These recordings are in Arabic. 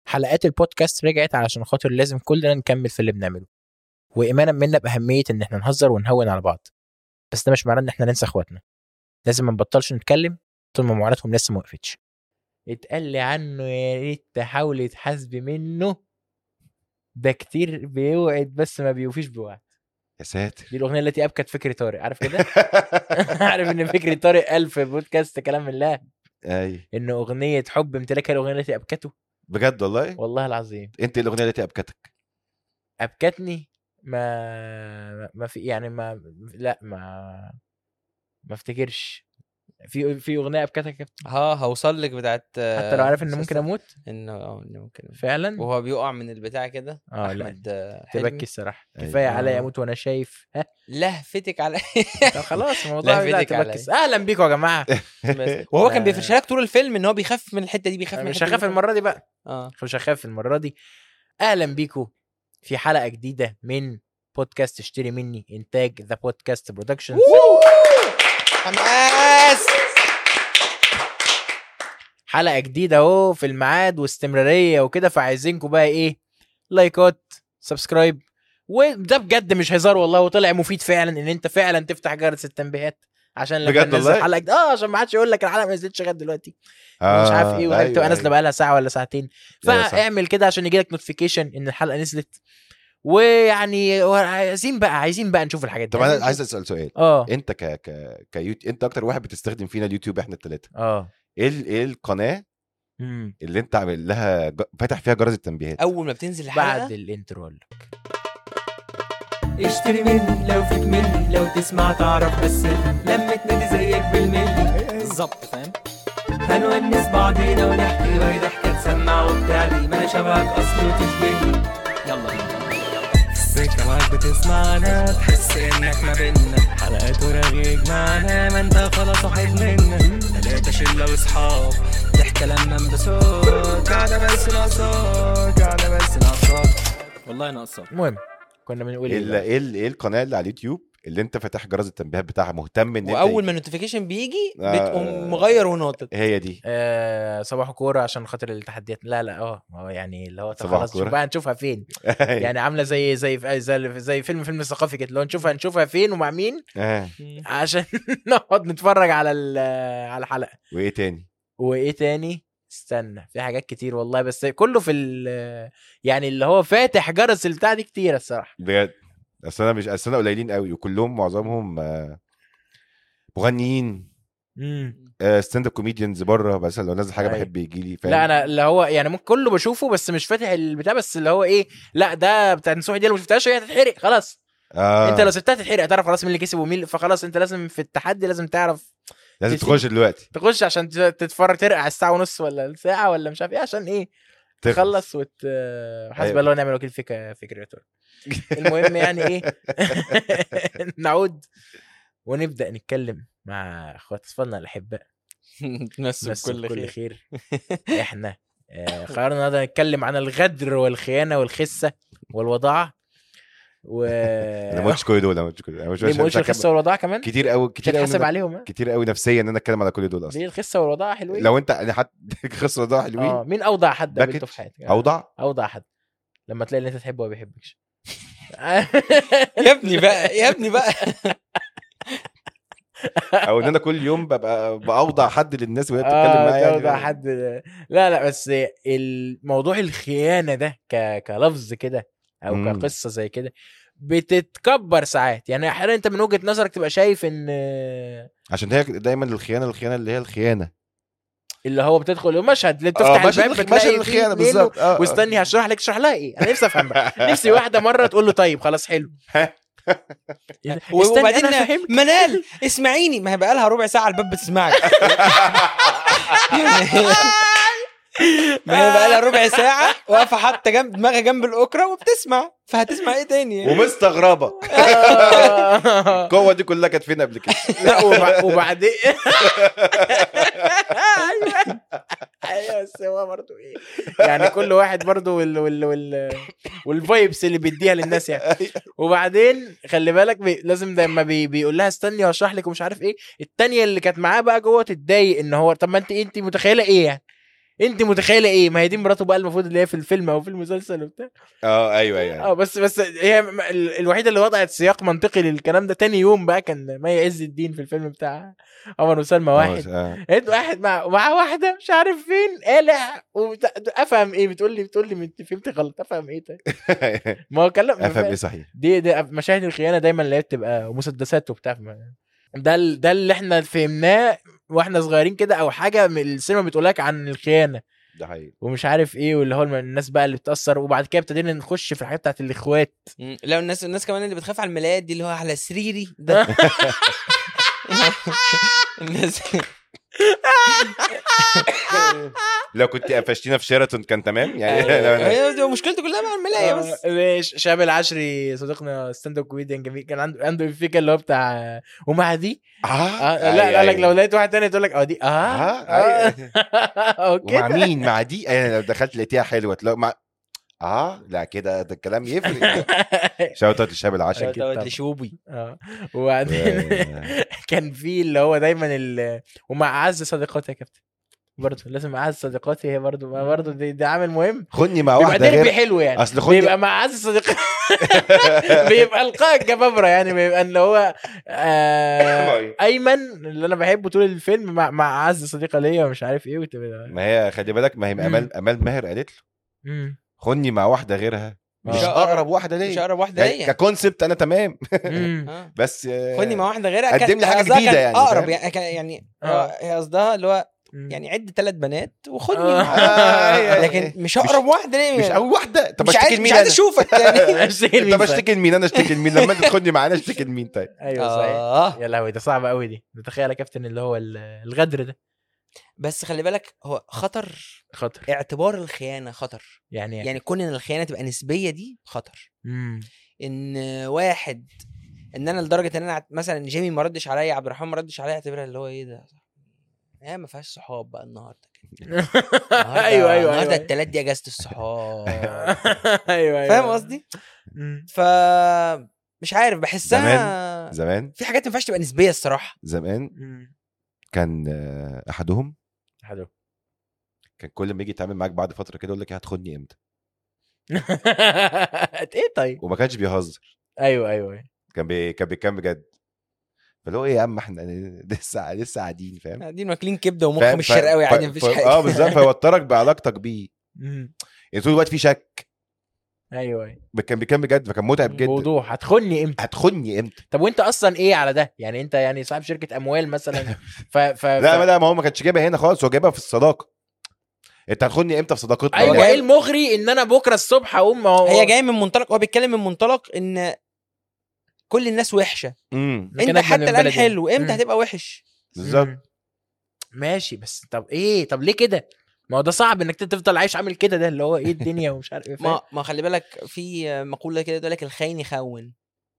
حلقات البودكاست رجعت علشان خاطر لازم كلنا نكمل في اللي بنعمله، وايمانا منا باهميه ان احنا نهزر ونهون على بعض. بس ده مش معناه ان احنا ننسى اخواتنا. لازم ما نبطلش نتكلم طول ما معاناتهم لسه ما وقفتش. اتقال لي عنه يا ريت تحاولي تحاسبي منه، ده كتير بيوعد بس ما بيوفيش بوعد. يا ساتر. دي الاغنيه التي ابكت فكري طارق، عارف كده؟ عارف ان فكري طارق قال في بودكاست كلام الله اي ان اغنيه حب امتلاكها الاغنيه التي ابكته. بجد والله؟ والله العظيم. انت الاغنيه التي ابكتك؟ ابكتني ما في يعني لا ما افتكرش في اغنيه ابكتك هوصل لك بتاعت حتى لو عارف ان ممكن اموت انه ممكن فعلا وهو بيقع من البتاع كده. احمد حلمي تبكي الصراحه. أيوة. كفايه عليا اموت وانا شايف لهفتك على طب خلاص الموضوع لا لهفتك تبكي. اهلا بيكم يا جماعه. وهو كان بيفرش لك طول الفيلم ان هو بيخاف من الحته دي، بيخاف من مش هخاف المره دي بقى. مش هخاف المره دي. اهلا بيكم في حلقه جديده من بودكاست اشتري مني، انتاج ذا بودكاست برودكشنز. حماس. حلقه جديده اهو في الميعاد واستمراريه وكده، فعايزينكم بقى ايه؟ لايكات، سبسكرايب. وده بجد مش هزار والله، وطلع مفيد فعلا ان انت فعلا تفتح جرس التنبيهات عشان لما ننزل حلقه عشان ما حدش يقول لك الحلقه ما نزلتش لغايه دلوقتي مش عارف ايه، وهي بتبقى نازله بقى لها ساعه ولا ساعتين. فاعمل كده عشان يجيلك نوتيفيكيشن ان الحلقه نزلت. ويعني عايزين بقى نشوف الحاجات دي. طب انا عايز اسال سؤال. انت انت اكتر واحد بتستخدم فينا اليوتيوب احنا الثلاثه. ايه القناه اللي انت عامل لها فاتح فيها جرس التنبيهات اول ما بتنزل الحلقه؟ بعد الانترو اشتري مني لو فيك مني، لو تسمع تعرف بس لما تنادي زيك بالملي بالظبط، فاهم؟ هنونس بعضينا ونحكي وهي ضحكه تسمع وبتعلي، ما انا شبهك اصل وتشبهني. يلا السكه معاك بتسمعنا، تحس انك ما بينا حلقات ورغيك معنا، ما انت خلاص صاحب منا. تلاتة شله واصحاب ضحكه لما انبسط، قاعده بس ناقصاك قاعده بس ناقصاك والله ناقصاك. المهم كنا بنقول ايه القناه اللي على اليوتيوب اللي انت فاتح جرس التنبيهات بتاعها مهتم ان واول ما النوتيفيكيشن بيجي بتقوم مغير وناطط؟ هي دي صباح كوره عشان خاطر التحديات. لا يعني اللي هو خلاص شوف بقى نشوفها فين. يعني عامله زي فيلم ثقافي كده، لو نشوفها فين ومع مين عشان نقعد نتفرج على الحلقه. وايه تاني استنى، في حاجات كتير والله، بس كله في يعني اللي هو فاتح جرس البتاع دي كتير الصراحه بجد. اصل انا قليلين قوي، وكلهم معظمهم مغنيين ستاند اب كوميديانز بره، بس لو نازل حاجه بحب يجي لي. لا انا اللي هو يعني ممكن كله بشوفه بس مش فاتح البتاع، بس اللي هو ايه، لا ده بتاع نصوحي دي لو ما شفتهاش هي هتتحرق خلاص. انت لو سبتها تتحرق تعرف خلاص مين اللي كسب ومين، فخلاص انت لازم في التحدي لازم تعرف، لازم تخش دلوقتي، تخش عشان تتفرج، ترقع الساعه ونص ولا الساعه ولا مش عارف ايه عشان ايه تخلص حسب الله ونعم الوكيل فكرته. المهم يعني ايه نعود ونبدا نتكلم مع اخوات اصفالنا الاحباء. نمسوا كل خير. احنا قررنا النهارده نتكلم عن الغدر والخيانه والخسه والوضاعه انا ما قلتش كل دول، انا مش الخسه والوضاعه كمان كتير قوي حاسب عليهم كتير قوي نفسيا ان انا اتكلم على كل دول اصلا. ليه الخسه والوضاعه حلوين؟ لو انت يعني حد خسه والوضاعه حلوين. مين اوضع حد قابلته في حياتك؟ اوضع حد لما تلاقي اللي انت تحبه ما بيحبكش. يا ابني بقى او ان انا كل يوم ببقى باوضع حد للناس وهي بتتكلم معايا. اوضع حد. لا بس الموضوع الخيانه ده كلفظ كده او كقصه زي كده بتتكبر ساعات. يعني احيانا انت من وجهة نظرك تبقى شايف ان عشان هي دايما الخيانه اللي هي الخيانه اللي هو بتدخل المشهد اللي بتفتح الباب بتلاقي الخيانه بالظبط. واستني هشرح لك ايه. انا نفسي افهم بقى. نفسي واحده مره تقول له طيب خلاص حلو وبعدين منال اسمعيني، ما هي بقى لها ربع ساعه الباب بتسمعك. ما هي بقى لها ربع ساعه واقفه حاطه جنب دماغها جنب الاوكرا وبتسمع، فهتسمع ايه تاني يعني؟ ومستغربه القوه دي كلها كانت فين قبل كده؟ لا وبعدين ايوه بس هو برضه ايه يعني كل واحد برضه والفايبس اللي بيديها للناس يعني. وبعدين خلي بالك لازم لما بيقول لها استني واشرح لك ومش عارف ايه، التانية اللي كانت معاه بقى جوه تتضايق ان هو طب ما انت متخيله ايه يعني انت متخيله ايه؟ ما هي دي مراته بقى المفروض اللي هي في الفيلم او في المسلسل وبتاع. ايوه بس هي الوحيده اللي وضعت سياق منطقي للكلام ده. تاني يوم بقى كان مي عز الدين في الفيلم بتاع عمر وسلمى واحد مع واحده مش عارف فين قالع افهم ايه؟ بتقول لي انت فهمت غلط. افهم ايه طيب؟ ما هو كلام افهم ايه صحيح. دي مشاهد الخيانه دايما اللي هي بتبقى مسدسات وبتاع. ده اللي احنا فهمناه واحنا صغيرين كده، او حاجه من السينما بتقولك عن الخيانه ده حقيقي ومش عارف ايه، واللي هو الناس بقى اللي بتاثر. وبعد كده ابتدينا نخش في الحاجات بتاعت الاخوات. لا الناس كمان اللي بتخاف على الملايات دي اللي هو على سريري ده. الناس لو كنت قفشتينا في شيراتون كان تمام يعني. هي مشكلته كلها مع الملايه بس. ليش شاب العشري صديقنا ستاند اب كوميديان جميل كان عنده الفكره اللي هو بتاع ومع دي لا قال لك لو لقيت واحد تاني تقول لك دي اوكي ومع مين؟ مع دي انا لو دخلت لقيتيها حلوه مع لا كده ده الكلام يفرق. شوتات الشاب العشري شوتات لشوبي. وبعدين كان في اللي هو دايما ومع اعز صديقاتي يا كابتن برضه لازم اعز صديقاتي هي برضه دي عامل مهم. خدني مع واحده غير حلو يعني. اصل خدني بيبقى مع اعز صديقاتي بيبقى القاء الجبابره يعني. بيبقى اللي هو ايمن اللي انا بحبه طول الفيلم مع اعز صديقه ليا ومش عارف ايه ما هي خلي بالك ما هي امال ماهر قالت له خدني مع واحده غيرها مش اقرب واحده ليا. مش اقرب واحده ليا ككونسبت انا تمام. بس خدني مع واحده غيرها قدم لي حاجه جديده يعني اقرب يعني هي قصدها اللي هو يعني عد 3 بنات وخدني لكن مش اقرب واحده ليه؟ مش اول واحده. طب اشتكي لمين؟ مش عايز اشوفك يعني. طب اشتكي لمين؟ انا اشتكي لمين لما انت تاخدني معانا؟ اشتكي لمين طيب؟ ايوه صحيح. يا لهوي ده صعب قوي دي. تخيل يا كابتن اللي هو الغدر ده. بس خلي بالك هو خطر. اعتبار الخيانه خطر يعني كون ان الخيانه تبقى نسبيه دي خطر. ان واحد ان انا لدرجه ان انا مثلا جيمي ما ردش عليا، عبد الرحمن ما ردش عليا، اعتبرها اللي هو ايه ده ما فيهاش صحاب بقى النهارده كده. ايوه النهارده التلات دي اجازه الصحاب. ايوه فاهم قصدي؟ ف مش عارف بحسها زمان في حاجات ما ينفعش تبقى نسبيه الصراحه. زمان كان احدهم كان كل ما يجي يتعامل معاك بعد فتره كده يقول لك هتخدني امتى؟ ايه طيب وما كانش بيهزر. ايوه كان بيتكلم بجد. فاللي هو ايه يا عم احنا لسه قاعدين فاهم قاعدين واكلين كبده ومخ مش شرقاوي عادي مفيش حاجه. بالظبط. فيوترك بعلاقتك بيه يعني طول الوقت في شك. ايوه كان بيتكلم بجد فكان متعب جدا. موضوع هتخني امتى؟ طب وانت اصلا ايه على ده يعني؟ انت يعني صاحب شركه اموال مثلا لا ما هو ما كانش جايبها هنا خالص. هو جايبها في الصداقه. انت هتخوني امتى في صداقتنا؟ ايوه ايه المغري ان انا بكره الصبح اقوم؟ هي جايه من منطلق، هو بيتكلم من منطلق ان كل الناس وحشه. انت حتى الان حلو، امتى هتبقى وحش؟ بالظبط. ماشي بس طب ليه كده؟ ما هو ده صعب انك تفضل عايش عامل كده. ده اللي هو ايه الدنيا ومش عارف ايه. ما خلي بالك في مقوله كده تقول لك الخاين يخون.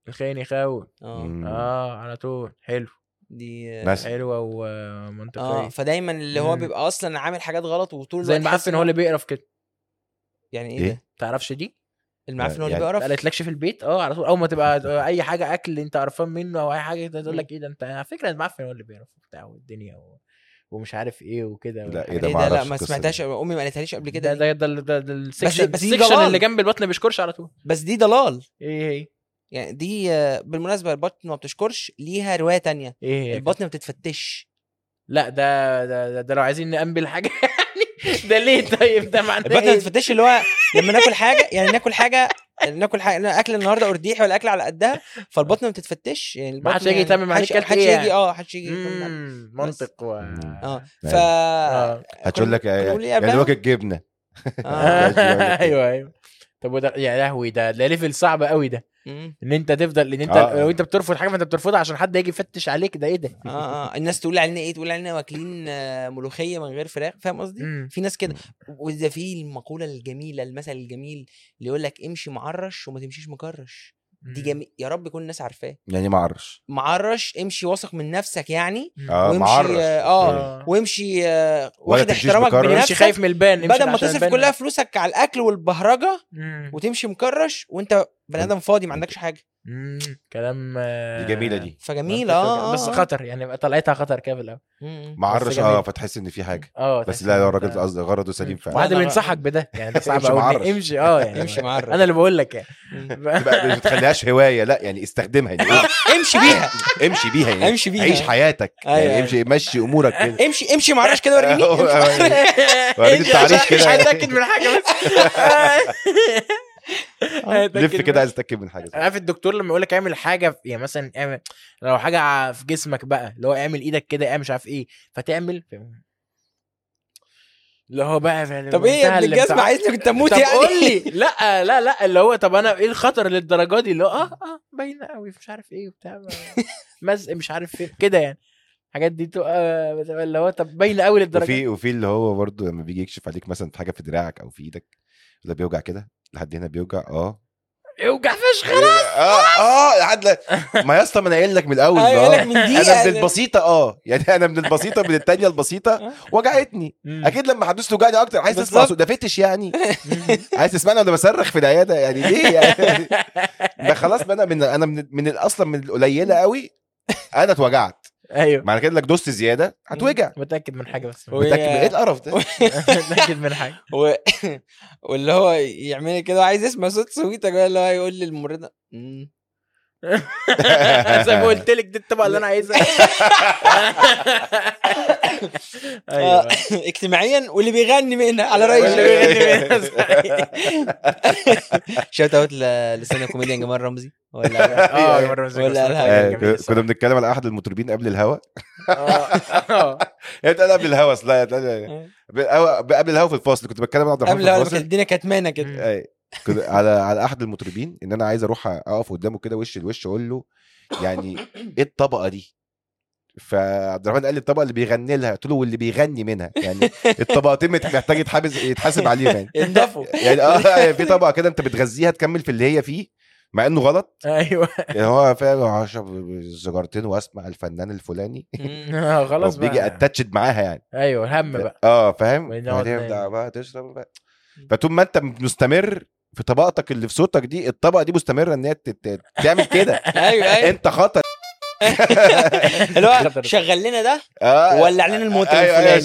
على طول. حلو دي حلوه ومنطقيه. فدايما اللي هو بيبقى اصلا عامل حاجات غلط وطول زي المعفن هو اللي بيقرف كده. يعني ايه ده؟ تعرفش دي؟ المعفن هو اللي بيقرف. قالت لكش في البيت على طول اول ما تبقى اي حاجه اكل انت قرفان منه او اي حاجه تقول لك ايه ده انت على فكره المعفن هو اللي بيقرف بتاع الدنيا ومش عارف ايه وكده. لا ايه ده؟ لا ما سمعتهاش، امي ما قالتهاليش قبل كده. ده السكشن اللي جنب البطن بيشكرش على طول. بس دي ضلال. ايه هي يعني دي بالمناسبه البطن ما بتشكرش ليها روايه تانية. ايه البطن ما بتتفتش. لا ده لو عايزين نقبل حاجه يعني ده ليه طيب؟ ده معناه البطن ما بتتفتش اللي هو لما ناكل حاجه يعني ناكل حاجه اكل النهارده قرديحي ولا اكل على قدها فالبطن ما بتتفتش يعني. ما حدش يجي يتمم معاك حدش يجي حدش يجي منطق هتقول لك يعني وقت الجبنه. ايوه طب وده يا لهوي ده ليفل صعب قوي ده. ان انت تفضل ان انت لو انت بترفض حاجه فانت بترفضها عشان حد يجي يفتش عليك. ده ايه ده؟ الناس تقول علينا ايه؟ تقول علينا واكلين ملوخيه من غير فراخ. فاهم قصدي؟ في ناس كده. وده في المقوله الجميله المثل الجميل اللي يقول لك امشي معرش وما تمشيش مكرش. دي يا رب يكون الناس عارفاه. يعني معرش امشي واثق من نفسك يعني. وامشي وامشي واخد احترامك بنفسك، خايف من البان، بدل ما تصرف كلها فلوسك على الاكل والبهرجه وتمشي مكرش وانت بني ادم فاضي ما عندكش حاجه. كلام دي جميله دي، فجميله بس خطر يعني، طلعتها خطر كده في الاول معرش فتحس ان في حاجه بس لا، الراجل قصدي غرضه سليم فعلا. واحد بينصحك بده يعني، ده صعب قوي. امشي يعني امشي معرش. انا اللي بقول لك يعني ما تخليهاش هوايه، لا يعني استخدمها يعني. امشي بيها يعني امشي بيها، عيش حياتك يعني، مشي امورك كده، امشي معرش كده وريني. وريني التعريش كده، مش هتاكد من حاجه بس لف كده عايز اتاكد من حاجه. عارف الدكتور لما يقول لك اعمل حاجه يعني مثلا اعمل لو حاجه في جسمك بقى، اللي هو اعمل ايدك كده اعمل مش عارف ايه، فتعمل اللي هو بقى. طب ايه يا ابن الجزمه، عايزني كنت اموت يعني؟ طب قول لي لا اللي هو طب انا ايه الخطر للدرجه دي؟ اللي هو باينه قوي مش عارف ايه وبتاع مزق مش عارف فين كده يعني، الحاجات دي تبقى اللي هو طب باينه قوي للدرجه. وفي اللي هو برضه لما بيجي يكشف عليك مثلا في حاجه في دراعك او في ايدك، ده بيوجع كده لحد هنا، بيوجع يوجع فشخ خلاص. لحد ما يا اسطى، ما انا قايل لك من الاول. لك من دي انا من البسيطه يعني انا من البسيطه من الثانيه البسيطه وجعتني. اكيد لما حدوث توجعني اكتر. عايز تسمع ده فتش يعني؟ عايز تسمعني وانا بصرخ في العياده يعني ليه يعني؟ ده خلاص انا من اصلا من القليله قوي انا اتوجعت. ايوه معنى كده لك دوست زياده هتوجع. متاكد من حاجه بس متاكد من ايه القرف ده؟ متاكد من حاجه واللي هو يعمل كده عايز يسمع صوت سويته كده، اللي هو يقول للممرضه زي ما قلت لك دي الطبقه اللي انا عايزها. ايوه اجتماعيا واللي بيغني منها على رأي شوت اوت لسنة كوميديان جمال رمزي ولا جمال رمزي كنا بنتكلم على احد المطربين قبل الهوا. هي بتقال قبل الهوا، لا قبل الهوا في الفاصل كنت بتكلم مع عبد الرحمن قبل الهوا، الدنيا كاتمانه كده. على احد المطربين ان انا عايز اروح اقف قدامه كده وش لوش اقول له يعني ايه الطبقه دي؟ فعبد الرحمن قال لي الطبقه اللي بيغني لها. قلت له واللي بيغني منها يعني الطبقتين محتاج يتحاسب عليهم يعني ينضفوا يعني في طبقه كده انت بتغذيها تكمل في اللي هي فيه مع انه غلط. ايوه يعني هو فاهم اشرب سيجارتين واسمع الفنان الفلاني خلاص بيجي اتاتشد معاها يعني. ايوه هم بقى فاهم بقى تشرب بقى. فطول ما انت مستمر في طبقتك اللي في صوتك دي، الطبقه دي مستمره ان هي تعمل كده. ايوه انت خطر. اللي شغل لنا ده ولع لنا الموتور الفلاني.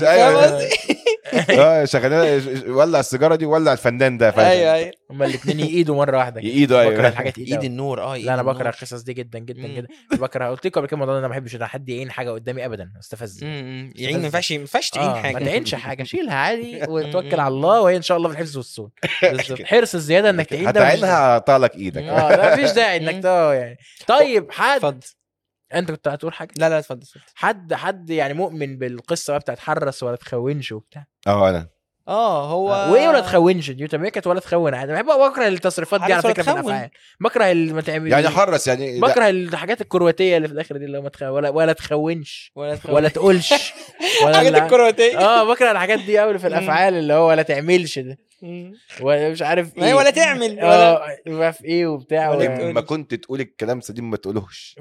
شغال ولع السيجاره دي ولع الفنان ده. ايوه هما الاثنين يقيدوا مره واحده. يقيدوا بكره الحاجات ايد النور. لا انا بكره القصص دي جدا جدا جدا. بكره. قلت لكم قبل كده الموضوع انا ما بحبش حد يعين حاجه قدامي ابدا، استفز. يعين ما ينفعش تعين حاجه. ما تعينش حاجه، شيلها عادي وتوكل على الله وهي ان شاء الله في الحفظ والصون. حرص الزياده انك تعين ده هتعينها هعطالك ايدك. لا مفيش داعي انك يعني. طيب حد انت كنت هتقول حاجه؟ لا اتفضل. حد يعني مؤمن بالقصه بقى بتاعت حرص ولا تخونش وبتاع؟ انا هو وايه ولا تخونش دي؟ طب هي كانت ولا تخون عادي. بحب بكره التصريفات دي على فكره في الافعال. بكره ما تعمل يعني حرص يعني بكره الحاجات الكرواتيه اللي في الاخر دي اللي ما ولا تخونش ولا تقولش ولا الحاجات الكرواتيه. بكره الحاجات دي قوي في الافعال اللي هو ولا تعملش ده ولا مش عارف ايه ولا تعمل ولا في ايه وبتاع. لما كنت تقول الكلام سليم ما تقولوش.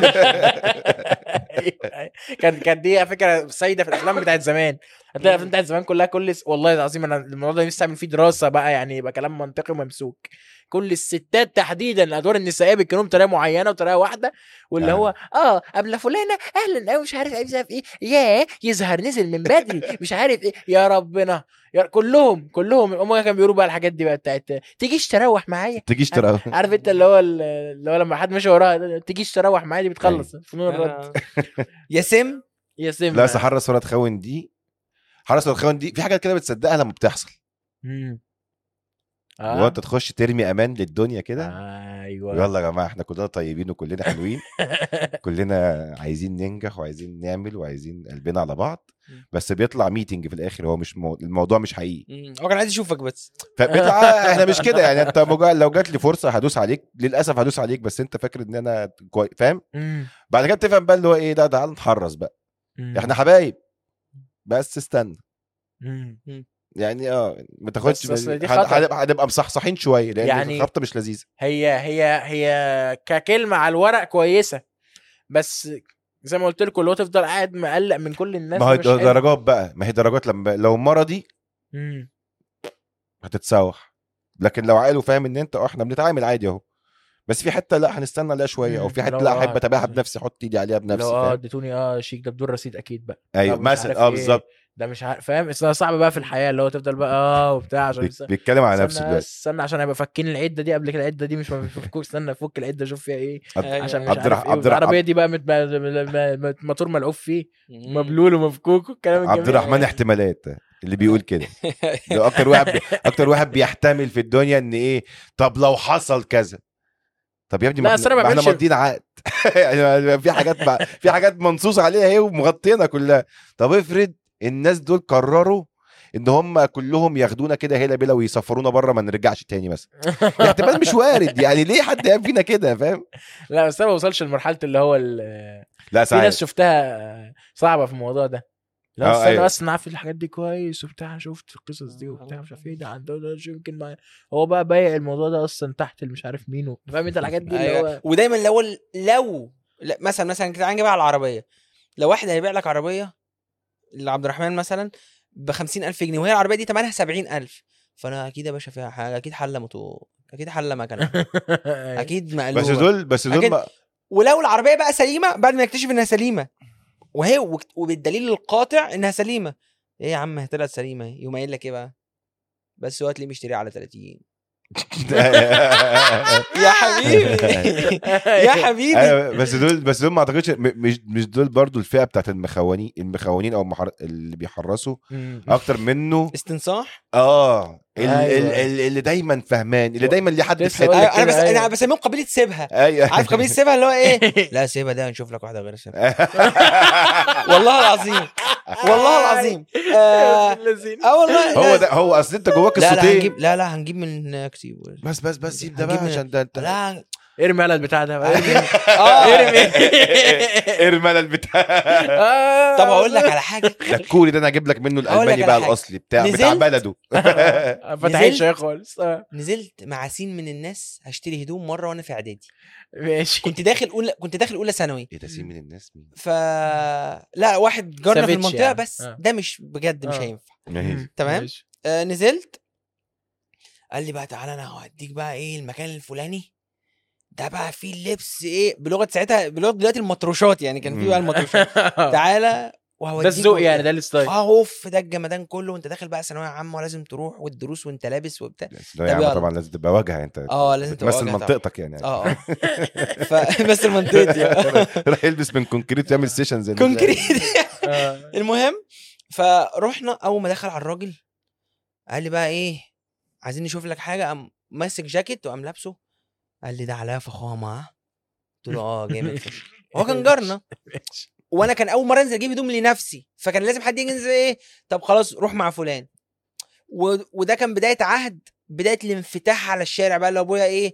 كان دي فكره سيده في الافلام بتاعت زمان. هتلاقي الافلام بتاعت زمان كلها والله العظيم انا الموضوع ده نفسي اعمل فيه دراسه بقى يعني، يبقى كلام منطقي وممسوك. كل الستات تحديدا الادوار النسائيه بيتكلموا بطريقه معينه وطريقه واحده، واللي هو قبل فلانه اهلا او مش عارف ايه ياه يظهر نزل من بدري مش عارف ايه يا ربنا كلهم هم كانوا بيقولوا بقى الحاجات دي بقى بتاعت تجيش تروح معايا. عارف انت اللي هو لما حد ماشي وراها تجيش تروح معايا دي بتخلص فنون الرد. ياسم لا حرص ولا تخون دي. حرص ولا تخون دي في حاجات كده بتصدقها لما بتحصل. وانت تخش ترمي امان للدنيا كده. ايوه يلا يا جماعه احنا كلنا طيبين وكلنا حلوين كلنا عايزين ننجح وعايزين نعمل وعايزين قلبنا على بعض، بس بيطلع ميتنج في الاخر هو مش الموضوع مش حقيقي. هو كان عايز يشوفك بس فبيطلع احنا مش كده يعني. انت لو جات لي فرصه هدوس عليك، للاسف هدوس عليك بس انت فاكر ان انا فاهم. بعد كده تفهم بقى اللي هو ايه تعال نتحرص بقى. احنا حبايب بس استنى يعني ما تاخدش هنبقى مصحصحين شويه لان يعني الخبطه مش لذيذه. هي ككلمه على الورق كويسه، بس زي ما قلت لكم لو تفضل قاعد مقلق من كل الناس. ما هي درجات بقى، ما هي درجات. لو مرضي هتتسوح، لكن لو عقل وفاهم ان انت احنا بنتعامل عادي اهو، بس في حته لا هنستنى لها شويه، او في حته لا احب اتابعها بنفسي، احط ايدي عليها بنفسي. لو اديتوني شيك ده بدون رصيد اكيد بقى. ايوه مثلا بالظبط ده مش فاهم. صعب بقى في الحياه اللي هو تفضل بقى وبتاع عشان بيتكلم على نفسه دلوقتي. استنى عشان هيبقى فاكين العده دي قبل كده، العده دي مش مفكوك، استنى افك العده اشوف فيها ايه عشان مش عارف ايه. العربيه دي بقى موتور ملعوب فيه مبلول ومفكوك والكلام الجميل. عبد الرحمن احتمالات اللي بيقول كده اكتر واحد بيحتمل في الدنيا ان ايه. طب لو حصل كذا، طب يا ابني ما احنا ماضيين عقد يعني في حاجات منصوص عليها اهي ومغطينا كلها. طب افرض الناس دول قرروا ان هم كلهم ياخدونا كده هلا بلا ويسفرونا بره ما نرجعش تاني مثلا. احتمال مش وارد يعني، ليه حد يعمل فينا كده فاهم؟ لا بس انا ما وصلش لمرحله اللي هو لا في ناس شفتها صعبه في الموضوع ده. لا استنى أيوة. بس نعرف الحاجات دي كويس وبتاع، شفت القصص دي وبتاع مش عارف ايه ده عنده ده يمكن ما هو بقى بايع الموضوع ده اصلا تحت مش عارف مين فاهم انت الحاجات دي اللي هو. ودايما لو مثلا كده هنجيبها على العربيه، لو واحد هيبيع لك عربيه لعبد الرحمن مثلا ب50,000 جنيه وهي العربيه دي ثمنها 70,000، فانا اكيد يا باشا فيها حاجه، اكيد حله اكيد حله مكنه اكيد مقلوبه بس دول ولو العربيه بقى سليمه بعد ما يكتشف انها سليمه وهي وبالدليل القاطع انها سليمه، ايه يا عم طلعت سليمه، يوم قايل لك ايه بقى بس هو هتلاقيه مشتري على 30. يا حبيبي يا حبيبي. بس دول ما اعتقدش مش دول برضو الفئه بتاعت المخونين او اللي بيحرسوا اكتر منه استنصاح. اللي دايما فهمان، اللي دايما اللي حد في حته. انا بسميهم قبيله سيبها. عارف قبيله سيبها اللي هو ايه؟ لا سيبها ده نشوف لك واحده غير سيبها. والله العظيم والله العظيم والله هو اصل انت جواك الصوتين. لا هنجيب من كتيب بس سيب ده بقى عشان ده انت لا ارمي على البتاع ده ارمي على البتاع. طب هقول لك على حاجه، ده الكوري ده انا اجيب لك منه الالماني بقى الاصلي بتاع بلده. فتحيش خالص. نزلت مع سين من الناس هشتري هدوم مره وانا في اعدادي ماشي. كنت داخل اولى ثانوي. ايه ده سين من الناس مين؟ لا واحد جارنا في المنطقه يعني. بس ده مش بجد مش هينفع. تمام. نزلت قال لي بقى تعالى انا هوديك بقى ايه المكان الفلاني ده بقى فيه اللبس ايه بلغه ساعتها، بلغه دلوقتي المطروشات يعني، كان فيه بقى المطروشات. تعالى وهوديك ده الذوق يعني، ده الستايل. اوف ده الجمدان كله وانت داخل بقى ثانويه عامه ولازم تروح والدروس وانت لابس وبتاع. طبعا لازم تبقى واجهه انت. لازم تمثل منطقتك يعني. بس منطقتي راح يلبس من كونكريت يعمل سيشن زي كونكريت. المهم فروحنا، اول ما دخل على الراجل قال لي بقى ايه عايزين نشوف لك حاجه، قام ماسك جاكيت وقام لابسه، قال لي ده عليها فخامه. قلت له جامد فشخ. هو كان جارنا وانا كان اول مره انزل اجيب هدوم لنفسي، فكان لازم حد يجي ينزل ايه طب خلاص روح مع فلان. وده كان بدايه بدايه الانفتاح على الشارع بقى. اللي ابويا ايه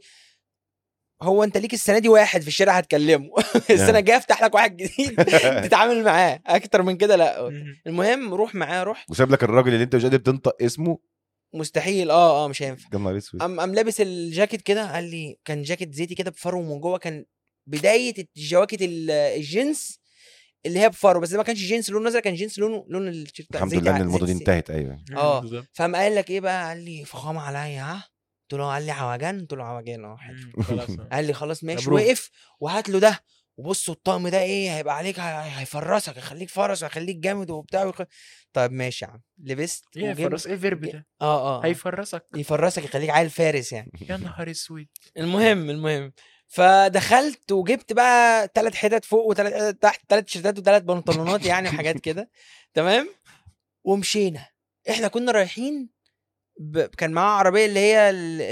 هو انت ليك السنه دي واحد في الشارع هتكلمه السنه الجايه افتح لك واحد جديد تتعامل معاه، اكتر من كده لا. المهم روح معاه، رحت وساب لك الراجل اللي انت مش قادر تنطق اسمه مستحيل. مش هينفع. قام لابس الجاكيت كده، قال لي كان جاكيت زيتي كده بفرو من جوه، كان بدايه الجواكت الجينز اللي هي بفرو، بس ده ما كانش جينز لون نظر، كان جينز لون التيشيرت. الحمد لله ان الموضه دي انتهت. ايوه فقام قال لك ايه بقى، قال لي فخامه عليا. قلت له قال لي عوجان، قلت له عوجان حلو. قال لي خلاص ماشي. وقف وهات له ده، وبصوا الطقم ده ايه هيبقى عليك، هيفرسك، هيخليك فرس وهيخليك جامد وبتاع. طيب ماشي يا عم. لبست فرس ايه فيرب ده؟ هيفرسك يخليك عيل فارس يعني. يا نهار اسود. المهم فدخلت وجبت بقى 3 حتت فوق و3 حتت تحت، 3 تيشيرتات و3 بنطلونات يعني وحاجات كده. تمام. ومشينا. احنا كنا رايحين كان معاه عربيه اللي هي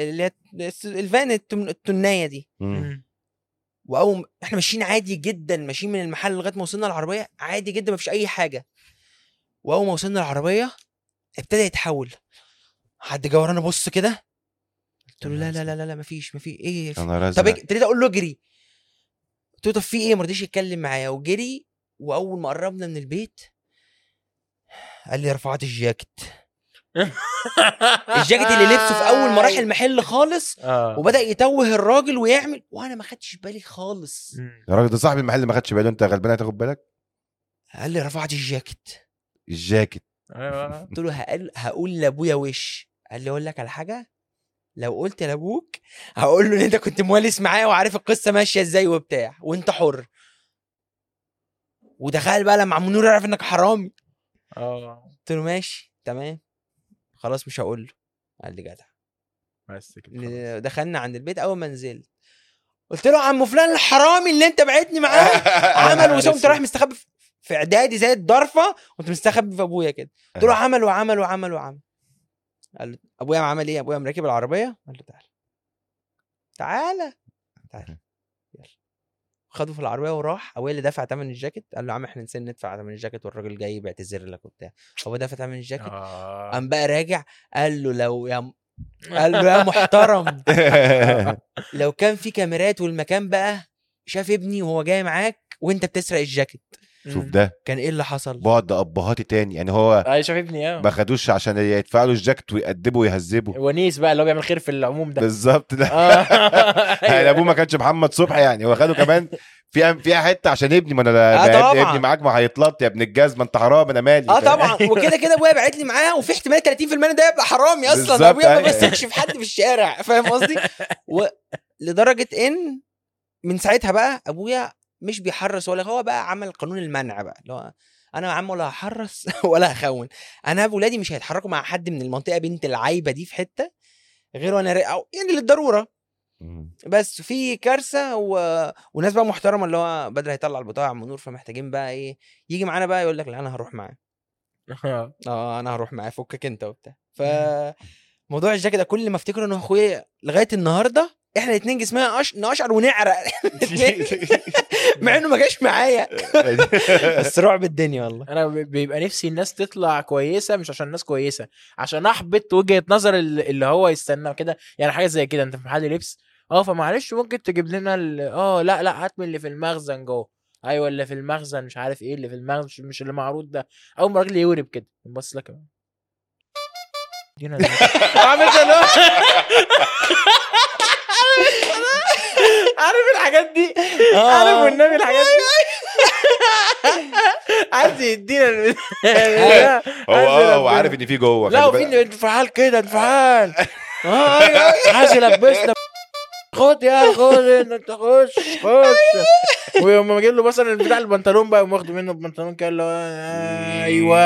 الفان التنايه دي. واول احنا ماشيين عادي جدا، ماشيين من المحل لغايه ما وصلنا العربيه عادي جدا مفيش اي حاجه. واول ما وصلنا العربيه ابتدى يتحول. حد جه ورانا بص كده، قلت له لا مفيش ايه. طب ابتديت اقول له اجري. قلت له طب في ايه؟ ما رضيش يتكلم معايا وجري. واول ما قربنا من البيت قال لي رفعت الجاكيت. الجاكيت اللي لبسه في اول ما راح المحل خالص وبدا يتوه الراجل ويعمل، وانا ما خدتش بالي خالص. يا راجل ده صاحب المحل ما خدش باله، انت غلبان هتاخد بالك. قال لي رفعت الجاكيت. قلت له هقول لابويا وش. قال لي اقول لك على حاجه، لو قلت لابوك هقول له ان انت كنت موالس معايا وعارف القصه ماشيه ازاي وبتاع، وانت حر. ودخل بقى لما عم نور يعرف انك حرامي. قلت له ماشي تمام خلاص مش هقول له. قال لي جدع. بس كده دخلنا عند البيت. اول ما نزلت قلت له عم فلان الحرامي اللي انت بعتني معاه عمل وسوى. انت رايح مستخبي في اعدادي زي الضرفه وانت مستخبي في ابويا كده. قلت له عمل وعمل وعمل وعمل. قال له ابويا عمل ايه؟ ابويا مركب العربيه. قال له تعالى يلا. خدوا في العربيه وراح. ابويا اللي دفع ثمن الجاكيت. قال له عم احنا نسينا ندفع ثمن الجاكيت والراجل جاي بيعتذر لك وبتاع. هو دفع ثمن الجاكيت. قام بقى راجع قال له قال له يا محترم لو كان في كاميرات والمكان بقى شاف ابني وهو جاي معاك وانت بتسرق الجاكيت، شوف ده كان ايه اللي حصل؟ بعد ابهاتي تاني يعني. هو شاف ابني ما خدوش عشان يدفعوا له الجاكيت ويأدبوا ويهذبوا. ونيس بقى اللي هو بيعمل خير في العموم ده بالظبط ده. يعني ابوه ما كانش محمد صبحي يعني، هو خده كمان فيها حته عشان ابني. ما انا ابني معاك ما هيطلط يا ابن الجزمه انت حرام انا مالي. طبعا. وكده كده ابويا بعت لي معاه وفي احتمال 30% ده يبقى حرامي اصلا. ابويا ما بيثقش في حد في الشارع فاهم قصدي. ولدرجه ان من ساعتها بقى ابويا مش بيحرص ولا هو بقى عمل قانون المنع بقى اللي هو انا يا عم ولا هحرص ولا هخون. انا ولادي مش هيتحركوا مع حد من المنطقه بنت العايبه دي في حته غير وانا يعني للضروره. بس في كارثه وناس بقى محترمه اللي هو بدر هيطلع البطاقه عم نور فمحتاجين بقى ايه يجي معانا بقى يقول لك لا انا هروح معاه. انا هروح معاه فكك انت وبتاع. فموضوع الجاكيت ده كل ما افتكره انه اخويا لغايه النهارده احنا الاثنين جسمنا نقشعر ونعرق مع انه ما جاش معايا بس رعب الدنيا والله. انا بيبقى نفسي الناس تطلع كويسه مش عشان الناس كويسه، عشان احبط وجهه نظر اللي هو يستنى كده. يعني حاجه زي كده انت في محل لبس فمعلش ممكن تجيب لنا لا هات من اللي في المخزن جوه. ايوه اللي في المخزن مش عارف ايه اللي في المخزن مش اللي معروض ده. اول ما الراجل يورب كده بص لك عملت عارف الحاجات دي. عارف والنبي الحاجات دي عايز يدينا هو عارف ان في جوه. لا في انفعال كده انفعال عايز يلبسنا. خد انت خش ويوم اجيب له مثلا بتاع البنطلون بقى واخده منه البنطلون كده اللي ايوه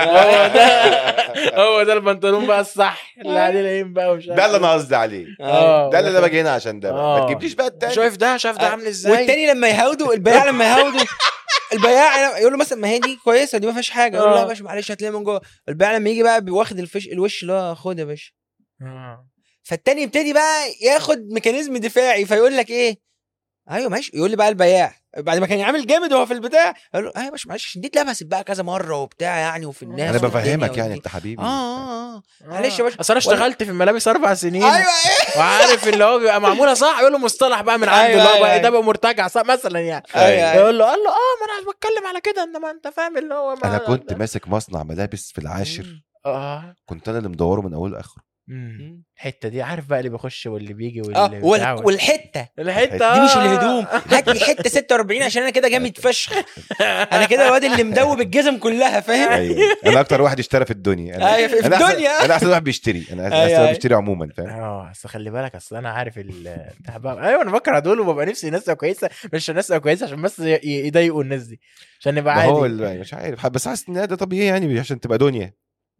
هو ده البنطلون بقى الصح اللي عليه العين بقى ومش ده اللي انا قصدي عليه. ده اللي انا باجي هنا عشان ده ما تجيبليش بقى التاني. شايف ده عامل ازاي. والتاني لما يهودوا البياع البياع يقول له مثلا ما هي دي كويسه دي ما فيهاش حاجه. يقول له لا يا باشا معلش هتلاقيها من جوه. البياع لما يجي بقى بيواخد الوش اللي هو خد يا باشا. فالتاني يبتدي بقى ياخد ميكانيزم دفاعي فيقول لك ايه ايوه ماشي. يقول لي بقى البياع بعد ما كان يعمل جامد وهو في البتاع يقول له ايوه ماشي معلش دي اتلبست بقى كذا مره وبتاع يعني وفي الناس. انا بفهمك يعني انت حبيبي. معلش يا باشا اصل انا اشتغلت في الملابس 4 سنين. ايوه وعارف اللي هو بيبقى معموله صح. يقول له مصطلح بقى من عنده اللي هو بقى ده بقى مرتجع صح مثلا يعني. يقول له قال له ما انا بتكلم على كده انما انت فاهم اللي هو انا كنت ماسك مصنع ملابس في العاشر. كنت انا اللي مدوره من اوله لاخره. الحته دي عارف بقى اللي بيخش واللي بيجي والحته دي مش الهدوم. هات لي حته 46 عشان انا كده جامد فشخ. انا كده الواد اللي مدوب الجزم كلها فاهم. أيوة. انا اكتر واحد اشترى في الدنيا. انا احسن واحد بيشتري. انا احسن واحد بيشتري عموما فاهم. بس خلي بالك اصل انا عارف التعبان. ايوه انا بكره دول وببقى نفسي ناس كويسه مش ناس كويسه عشان بس يضايقوا الناس دي عشان نبقى عادي. هو مش عارف بس حاسس ان ده طبيعي يعني عشان تبقى دنيا.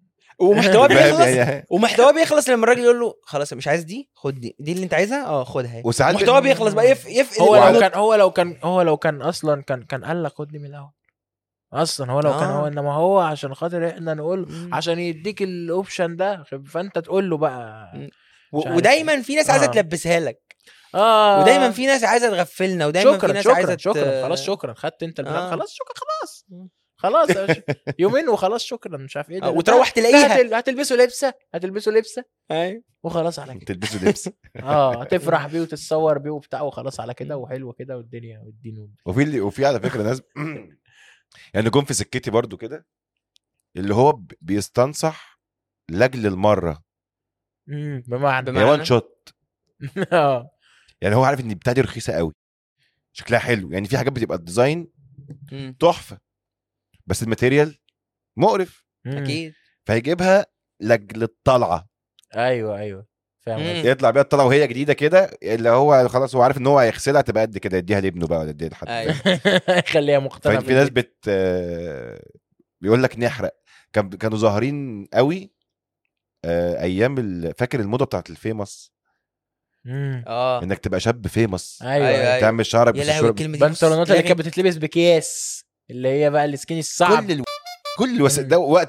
ومحتواه بيخلص لما الراجل يقول له خلاص مش عايز دي خد دي اللي انت عايزها خدها اهي. محتواه بيخلص بقى هو لو كان اصلا كان قال لك خد دي من الاول اصلا. هو لو كان هو انما هو عشان خاطر احنا نقول عشان يديك الاوبشن ده فانت تقول له بقى. ودايما في ناس عايزه تلبسها لك. ودايما في ناس عايزه تغفلنا ودايما في ناس عايزه شكرا خلاص شكرا خدت انت خلاص شكرا خلاص يومين وخلاص شكرا مش عارف ايه وتروح تلاقيها هتلبسوا لبسه ايوه وخلاص على كده. تلبسوا لبس هتفرح بيه وتتصور بيه وبتاع وخلاص على كده وحلوه كده والدنيا والدين. وفي على فكره ناس يعني جم في سكتي برضو كده اللي هو بيستنصح لاجل المره بمعنى وان شوت. يعني هو عارف ان البتاعه دي رخيصه قوي، شكلها حلو، يعني في حاجات بتبقى الديزاين تحفه بس الماتيريال مقرف اكيد، فهيجيبها لاجل الطلعه. ايوه فاهم. يطلع بيها الطلعه وهي جديده كده، اللي هو خلاص هو عارف ان هو هيغسلها تبقى قد كده، يديها لابنه بقى ولا يديها لحد. خليها مقتنعه. في ناس بيقول لك نحرق. كانوا ظاهرين قوي ايام فاكر الموضه بتاعت الفيموس، انك تبقى شاب فيموس. ايوه تعمل شعرك يا لهوي الكلمه دي، بنطلونات اللي كانت بتتلبس بكياس، اللي هي بقى السكيني الصعب، كل ده وقت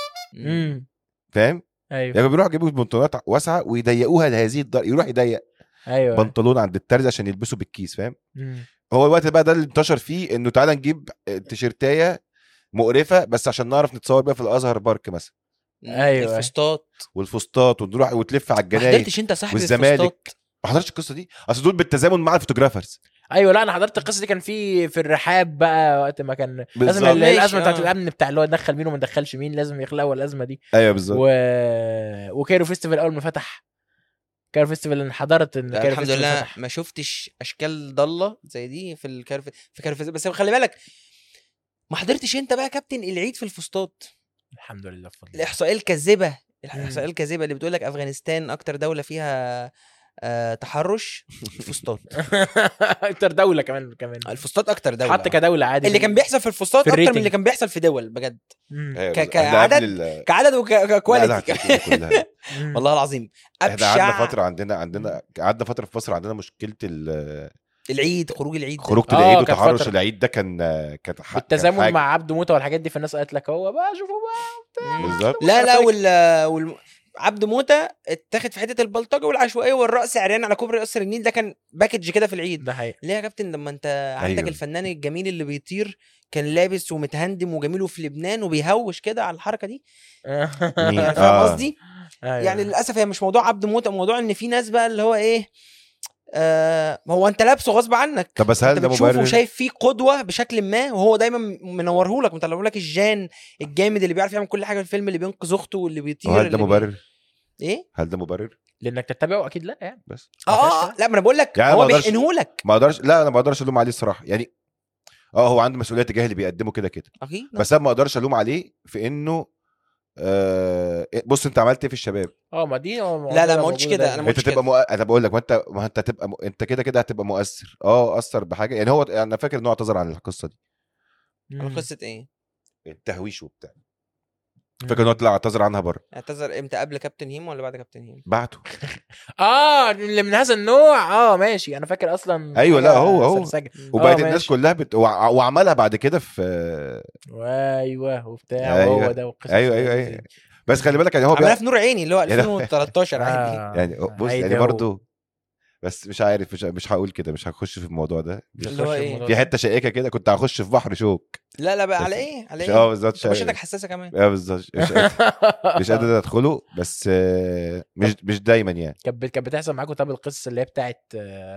فاهم. ايوه يعني بيروحوا يجيبوا بنطلونات واسعه ويضيقوها لهذه الدرجه، يروح يضيق بنطلون عند الترز عشان يلبسوا بالكيس فاهم. هو الوقت بقى ده اللي انتشر فيه انه تعالى نجيب تيشيرتايه مقرفه بس عشان نعرف نتصور بيها في الازهر بارك مثلا. ايوه والفسطاط ونروح وتلف على الجناين. ما حضرتش انت صاحب الفسطاط؟ ما حضرتش القصه دي، اصل دول بالتزامن مع الفوتوغرافرز. ايوه لا انا حضرت القصه دي، كان في الرحاب بقى وقت ما كان لازم الازمه بتاعت الامن بتاع اللي هو ندخل مين وما ندخلش مين، لازم يخلقوا الازمه دي. ايوه بالظبط. وكايرو فيستيفال اول ما فتح، كايرو فيستيفال انا حضرت ان كايرو الحمد لله ما شفتش اشكال ضاله زي دي في الكايرو فيستيفال. بس خلي بالك ما حضرتش انت بقى كابتن العيد في الفسطاط. الحمد لله بفضل الاحصائيه الكاذبه اللي بتقول لك افغانستان اكتر دوله فيها تحرش الفسطاط. اكتر دوله كمان الفسطاط اكتر دوله حتى كدوله عادي. اللي كان بيحصل في الفسطاط اكتر من اللي كان بيحصل في دول بجد، كعدد وكواليتي والله العظيم. احنا قعدنا فتره قعدنا فتره في مصر عندنا مشكله العيد، خروج العيد وتحرش العيد ده كان بالتزامن مع عبد موته والحاجات دي. فالناس قالت لك هو بقى شوفوا بقى بالظبط. لا عبد موته اتاخد في حته البلطجه والعشوائيه والرقص عريان على كوبري قصر النيل، ده كان باكج كده في العيد. ده حقيقي. ليه يا كابتن لما انت عندك الفنان الجميل اللي بيطير كان لابس ومتهندم وجميل في لبنان وبيهوش كده على الحركه دي؟ فاهم قصدي؟ يعني للاسف هي مش موضوع عبد موته، موضوع ان في ناس بقى اللي هو ايه هو انت لابسه غصب عنك. طب بس هل ده مبرر؟ شايف فيه قدوه بشكل ما وهو دايما منورهولك مطلعهولك الجان الجامد اللي بيعرف يعمل كل حاجه في الفيلم، اللي بينقذ اخته واللي بيطير. هل ده مبرر؟ ايه هل ده مبرر لانك تتبعه؟ اكيد لا يعني. بس لا ما انا بقول لك يعني هو بيحقنهولك. ما اقدرش، لا انا ما اقدرش الوم عليه الصراحه يعني. هو عنده مسؤوليه تجاه اللي بيقدمه كده اكيد، بس انا ما اقدرش الوم عليه في انه بص انت عملت ايه في الشباب. ما دي لا ما قلتش كده. انا انت تبقى انا بقول لك ما انت هتبقى انت كده هتبقى مؤثر. اثر بحاجه يعني. هو انا فاكر انه اعتذر عن القصه دي. عن قصه ايه؟ التهويش وبتاع. فاكر انه طلع اعتذر عنها بره. اعتذر امتى؟ قبل كابتن هيم ولا بعد كابتن هيم؟ بعته. اللي من هذا النوع. ماشي انا فاكر اصلا. ايوه لا هو وبقت الناس كلها وعملها بعد كده في ايوه وبتاع. هو ده وقصه. ايوه بس خلي بالك يعني هو عملها في نور عيني اللي هو 2013 عادي. يعني بص يعني برضه بس مش عارف مش هقول كده، مش هخش في الموضوع ده. اللي هو ايه؟ في حته شائكه كده كنت هخش في بحر شوك. لا بقى على ايه بالظبط. بشرتك حساسه كمان. بالظبط. مش قادر ادخله بس مش دايما يعني. كانت بتحصل معاكم. طب القصه اللي هي بتاعت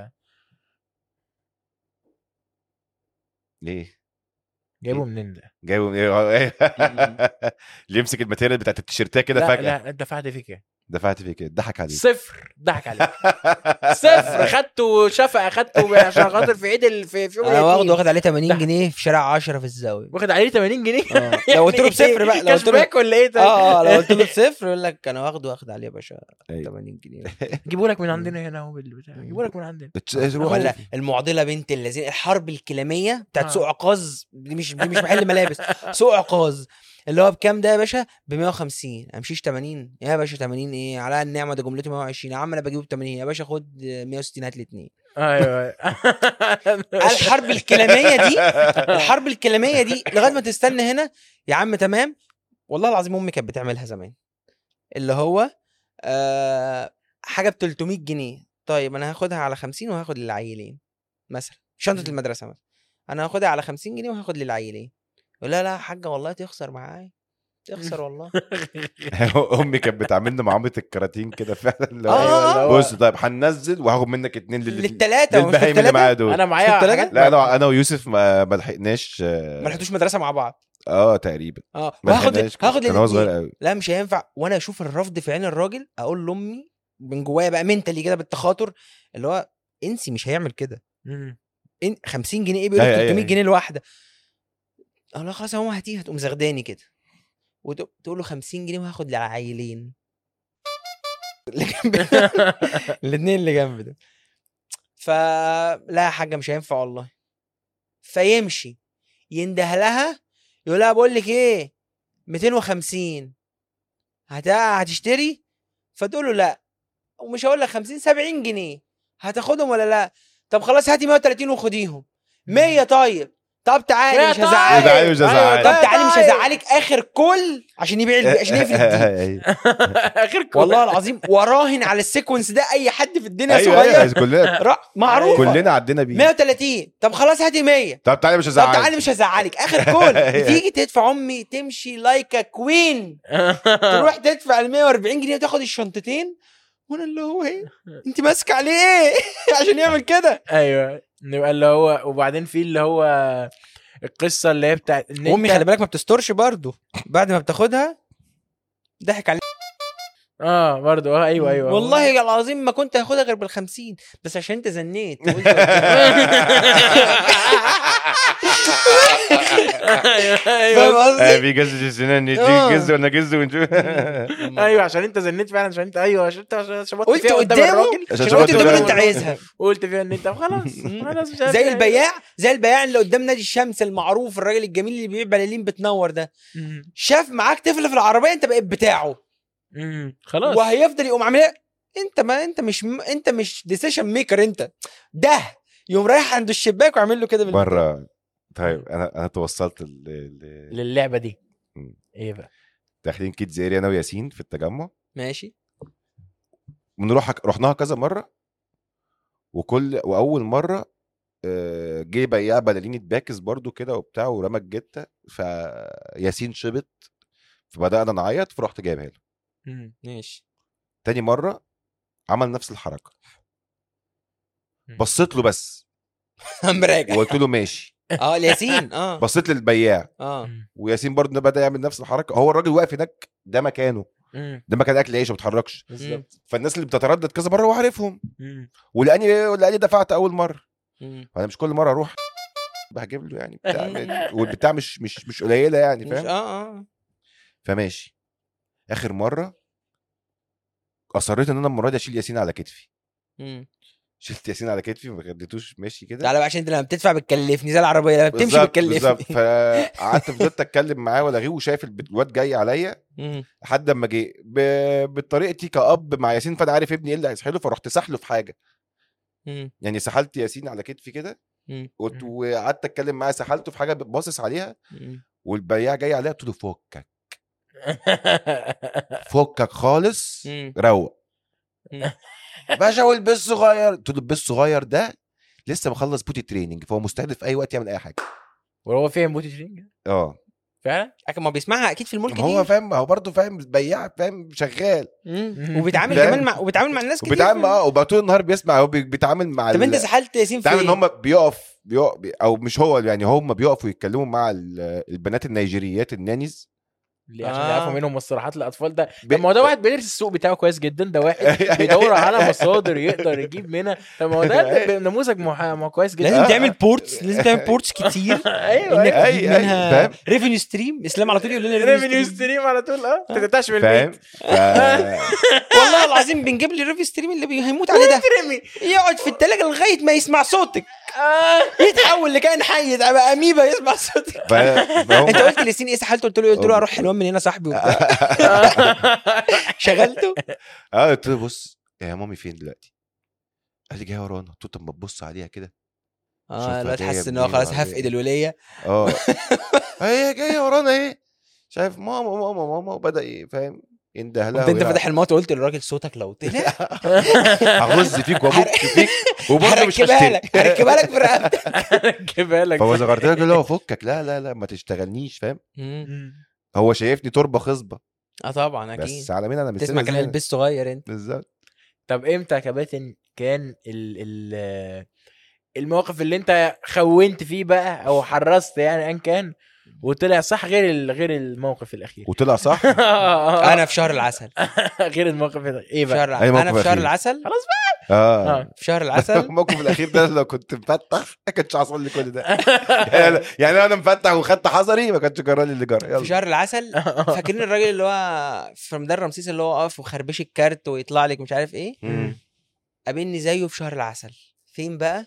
ليه جايبه منين ده؟ جايبه منين؟ اللي يمسك الماتيريال بتاعت التيشيرتيه كده فجاه. لا دفعت فيك ايه؟ ضحك عليك. صفر ضحك عليك. صفر. خدته شفقه، خدته عشان خاطر في عيد في يوم انا واخد عليه 80 جنيه في شارع 10 في الزاويه. واخد عليه 80 جنيه. لو قلت له بصفر بقى، لو قلت له ولا ايه؟ لو قلت له بصفر يقول لك انا واخد عليه يا باشا 80 جنيه. جيبوا لك من عندنا هنا اهو بالبتاع، جيبوا لك من عندنا. ولا المعضله بنت اللذين، الحرب الكلاميه بتاعت سوق عكاظ دي مش محل ملابس. سوق عكاظ اللي هو بكام ده يا باشا؟ ب 150. امشيش 80 يا باشا. 80 ايه على النعمه؟ ده جملته 120 يا عم. انا بجيبه ب 80 يا باشا. خد 160 هات لي 2. ايوه. الحرب الكلاميه دي لغايه ما تستنى هنا يا عم. تمام والله العظيم امي كانت بتعملها زمان. اللي هو حاجه ب 300 جنيه. طيب انا هاخدها على 50 وهاخد للعيلين مثلا. شنطه المدرسه مثلا انا هاخدها على 50 جنيه وهاخد للعيلين. لا يا حاجه والله تخسر معايا. تخسر والله. امي كانت بتعاملنا معامله الكراتين كده فعلا. آه. بص طيب هننزل وهاخد منك 2 للثلاثه للبهايم اللي معايا دول. انا معايا حاجات. لا انا ويوسف ما لحقناش. ما لحقتوش مدرسه مع بعض. تقريبا. وهاخد كان هو صغير قوي. لا مش هينفع. وانا اشوف الرفض في عين الراجل اقول لامي من جوايا بقى منتلي كده بالتخاطر اللي هو انسي مش هيعمل كده. 50 جنيه ايه بيقول 300 جنيه الواحده. اقول لها خلاص يا ماما هاتيها. تقوم زغداني كده وتقول له 50 جنيه وهاخد للعيلين اللي جنب الاثنين اللي جنب ده. فلا حاجه مش هينفع والله. فيمشي ينده لها يقول لها بقول لك ايه 250 هتشتري. فتقول له لا ومش هقول لك 50 70 جنيه هتاخدهم ولا لا. طب خلاص هاتي 130 وخديهم 100. طب تعالي مش هزعلك. طب تعالي مش هزعلك اخر كل عشان يبيع عشان يقفل الدين اخر كل والله العظيم. وراهن على السيكونس ده اي حد في الدنيا صغير كلنا معروف كلنا عدينا بيه. 130 طب خلاص هاتي 100. طب تعالي مش هزعلك اخر كل تيجي تدفع امي تمشي لايكا كوين تروح تدفع ال 140 جنيه وتاخد الشنطتين. وانا اللي هو ايه انت ماسكه عليه ايه عشان يعمل كده. ايوه نبقى اللي هو. وبعدين في اللي هو القصه اللي هي بتاعت امي خلي بالك ما بتستورش برضو بعد ما بتاخدها ضحك عليه. برضو ايوه والله العظيم ما كنت هاخدها غير بال50 بس عشان انت زنيت. ايوه بيجز السنان يجز ولا جز ونشوف. ايوه عشان انت زنيت فعلا. عشان انت عشان انت شبطت قلت فيها قدام الراجل. قلت قدام انت عايزها وقلت فيها ان انت خلاص زي البياع اللي قدام نادي الشمس المعروف الراجل الجميل اللي بيبيع بلالين بتنور ده. شاف معاك طفل في العربيه انت بقيت بتاعه خلاص. وهيفضل يقوم عامل انت مش ديسيشن ميكر. انت ده يوم رايح عند الشباك وعامل له كده مره. طيب انا توصلت للعبه دي. ايه بقى؟ داخلين كيدز اريا انا وياسين في التجمع. ماشي. رحناها كذا مره. واول مره جه بياع بلالين اتباكس برضو كده وبتاع ورمى الجته فياسين شبط فبدانا نعيط فرحت جايبها له. ماشي. تاني مره عمل نفس الحركه بصيت له بس مراجع وقلت له ماشي. ياسين بصيت للبياع وياسين برضه بدا يعمل نفس الحركه. هو الراجل واقف هناك ده مكانه ده مكان اكل عيش وما بيتحركش. فالناس اللي بتتردد كذا مره وعارفهم ولاني دفعت اول مره. فانا مش كل مره اروح بهجيب له يعني بتاع والبتاع مش قليله يعني فاهم. فماشي. اخر مره اصريت ان انا المره دي اشيل ياسين على كتفي. شلت ياسين على كتفي ما خديتوش ماشي كده. تعالى عشان انت لما بتدفع بتكلفني زي العربيه لما بتمشي بتكلفني بالظبط. فقعدت فضلت اتكلم معاه ولا غير وشايف الواد جاي عليا لحد اما جه بطريقتي كأب مع ياسين. فانا عارف ابني ايه اللي هيسحله فرحت سحله في حاجه. يعني سحلت ياسين على كتفي كده وقعدت اتكلم معاه سحلته في حاجه باصص عليها والبياع جاي عليها قلت له فكك خالص روق باشا. والبس صغير قلت له البس صغير ده لسه مخلص بوتي تريننج فهو مستعد في اي وقت يعمل اي حاجه. وهو فاهم بوتي تريننج فعلا ما بيسمعها اكيد في الملك. هو فاهم هو برضه فاهم البياع فاهم شغال وبيتعامل كمان وبيتعامل مع الناس كتير وبيتعامل وبقى طول النهار بيسمع. هو بيتعامل مع طب انت سحلت ياسين في ان هم بيقف او مش هو يعني هم بيقفوا يتكلموا مع البنات النيجيريات النانيز عشان يعرفوا منهم مصطلحات الاطفال. ده ما هو ده واحد بيدرس السوق بتاعه كويس جدا. ده واحد بيدور على مصادر يقدر يجيب منها. طب ما هو ده نموذج كويس جدا. لازم تعمل بورتس كتير. ايوه انك تجيب منها ريفينيو ستريم. اسلام على طول يقول لنا ريفينيو ستريم على طول. تتعش من البيت. والله العظيم بنجيب لي ريفينيو ستريم اللي هيموت عليه ده يقعد في الثلاجه لغايه ما يسمع صوتك يتحول لكائن حي بقى اميبا يسمع صوتك. انت قلت لياسين ايه سحلته؟ قلت له اروح حلوان من هنا صاحبي وبتاع. شغلته قلت له بص يا مامي فين دلوقتي؟ قال لي جايه ورانا. قلت له طب ما تبص عليها كده. لا تحس ان هو خلاص هفقد الوليه. هي جايه ورانا ايه شايف ماما وبدا فاهم ينده لها. انت فاتح الموت وقلت للراجل صوتك لو طلع هغز فيك وابوك فيك وبرضه مش هركبها لك في رقبتك. هركبها لك. فهو زغرت لك اللي هو فكك لا ما تشتغلنيش فاهم. هو شايفني تربه خصبه طبعا اكيد، بس على مين انا تسمع كلام البس صغير انت بالظبط. طب امتى يا كباتن كان المواقف اللي انت خونت فيه بقى او حرصت يعني ان كان وطلع صح غير الموقف الاخير؟ وطلع صح. انا في شهر العسل. غير الموقف ايه بقى؟ انا في شهر العسل خلاص بقى. في شهر العسل. الموقف الاخير ده لو كنت مفتح ما كانش حصل لي كل ده. يعني انا مفتح وخدت حذري ما كانش جرى لي اللي جرى. في شهر العسل فاكرين الراجل اللي هو في ميدان رمسيس اللي هو واقف وخربش الكارت ويطلع لك مش عارف ايه؟ قابلني زيه في شهر العسل. فين بقى؟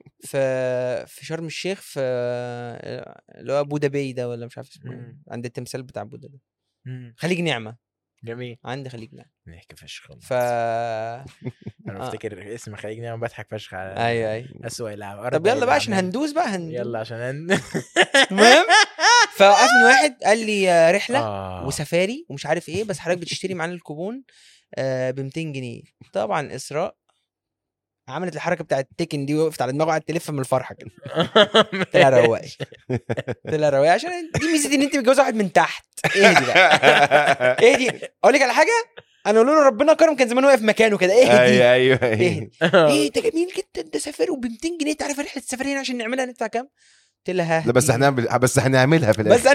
في شرم الشيخ، في اللي هو بودابي ده ولا مش عارف اسمه، عند التمثال بتاع بودابي، خليج نعمة. جميل. عندي خليج نعمة نحكي فشخ. انا بفتكر اسم خليج نعمة بضحك فشخ على ايوه اسوء العاب. طب يلا بقى عشان هندوس بقى يلا عشان المهم فوقفني واحد قال لي رحلة وسفاري ومش عارف ايه، بس حضرتك بتشتري معانا الكوبون ب 200 جنيه. طبعا اسراء عملت الحركه بتاعت التكن دي، وقفت على دماغه قعدت تلف من الفرحه كده. طلع رواقي طلع رواقي عشان دي ميزه ان انت متجوزه واحد من تحت. اهدي بقى اهدي. اقول لك على حاجه، انا اقول له ربنا كرم كان زمان واقف مكانه كده. اهدي ايوه ايه ده جميل جدا ده سفر وب 200 جنيه. تعرف رحله السفريه عشان نعملها ندفع كام؟ قلت لها لا بس هنعملها في الاخر.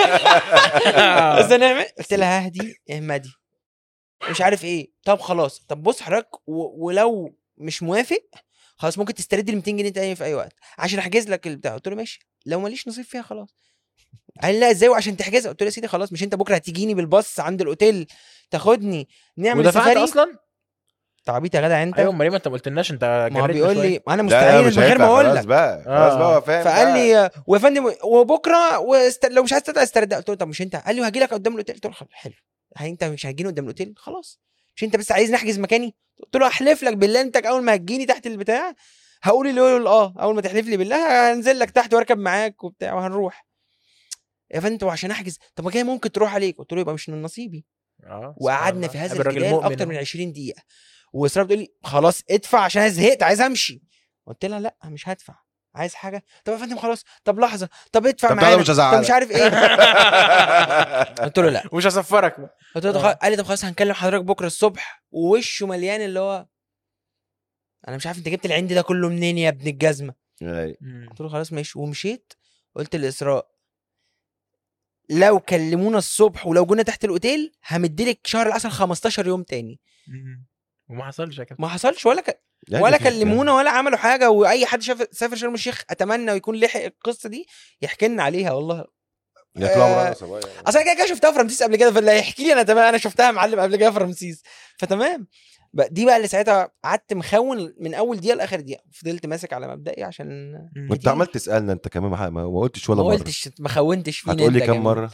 بس هنعمل. قلت لها اهدي اهمدي مش عارف ايه. طب خلاص، طب بص حضرتك ولو مش موافق خلاص ممكن تسترد ال 200 جنيه تاني في اي وقت عشان احجز لك البتاع. قلت له ماشي، لو ماليش نصيب فيها خلاص. قال لا ازاي وعشان تحجزها؟ قلت له يا سيدي خلاص، مش انت بكره هتيجيني بالباص عند الاوتيل تاخدني نعمل سفاري اصلا؟ تعبيط يا جدع انت. ايوه امال ما انت ما قلتلناش انت. ما بيقول لي انا مستعين من غير ما اقول لك. خلاص بقى فاهم. فقال لي ويا فندم وبكره لو مش عايز تطلع استرد. قلت له طب مش انت؟ قال لي وهجي لك قدام الاوتيل. قلت له حلو، انت مش هتجيني قدام الاوتيل خلاص، مش انت بس عايز نحجز مكاني؟ قلت له احلف لك بالله انت اول ما هتجيني تحت البتاع هقول اللي يقول اول ما تحلف لي بالله هنزل لك تحت واركب معاك وبتاع وهنروح. يا فندم وعشان احجز طب ما جاي ممكن تروح عليك. قلت له يبقى مش من نصيبي. وقعدنا في هذا الجدال اكتر من 20 دقيقه واسراء بتقول لي خلاص ادفع عشان انا زهقت عايز امشي. قلت لها لا مش هدفع، عايز حاجه؟ طب يا فندم خلاص، طب لحظه، طب ادفع معايا، طب مش عارف ايه. قلت له لا مش هسفرك. قلت له قال لي طب خلاص هنكلم حضرتك بكره الصبح. ووشه مليان اللي هو انا مش عارف انت جبت العند ده كله منين يا ابن الجزمه. قلت له خلاص ماشي ومشيت. قلت لاسراء لو كلمونا الصبح ولو جونا تحت الاوتيل همديلك شهر العسل 15 يوم تاني. وما حصلش يا كابتن. ما حصلش ولا كلمونا ولا عملوا حاجه. واي حد سافر شرم الشيخ اتمنى ويكون لحق القصه دي يحكي لنا عليها والله. اصل كده شفتها في رمسيس قبل كده، فاللي هيحكي لي انا تمام انا شفتها معلم قبل كده في رمسيس فتمام. دي بقى اللي ساعتها قعدت مخون من اول دقيقه لاخر دقيقه، فضلت ماسك على مبدئي عشان وانت عمال تسالنا انت كمان ما قلتش ولا مره. ما قلتش ما خونتش فيني. هتقول لي كم مره؟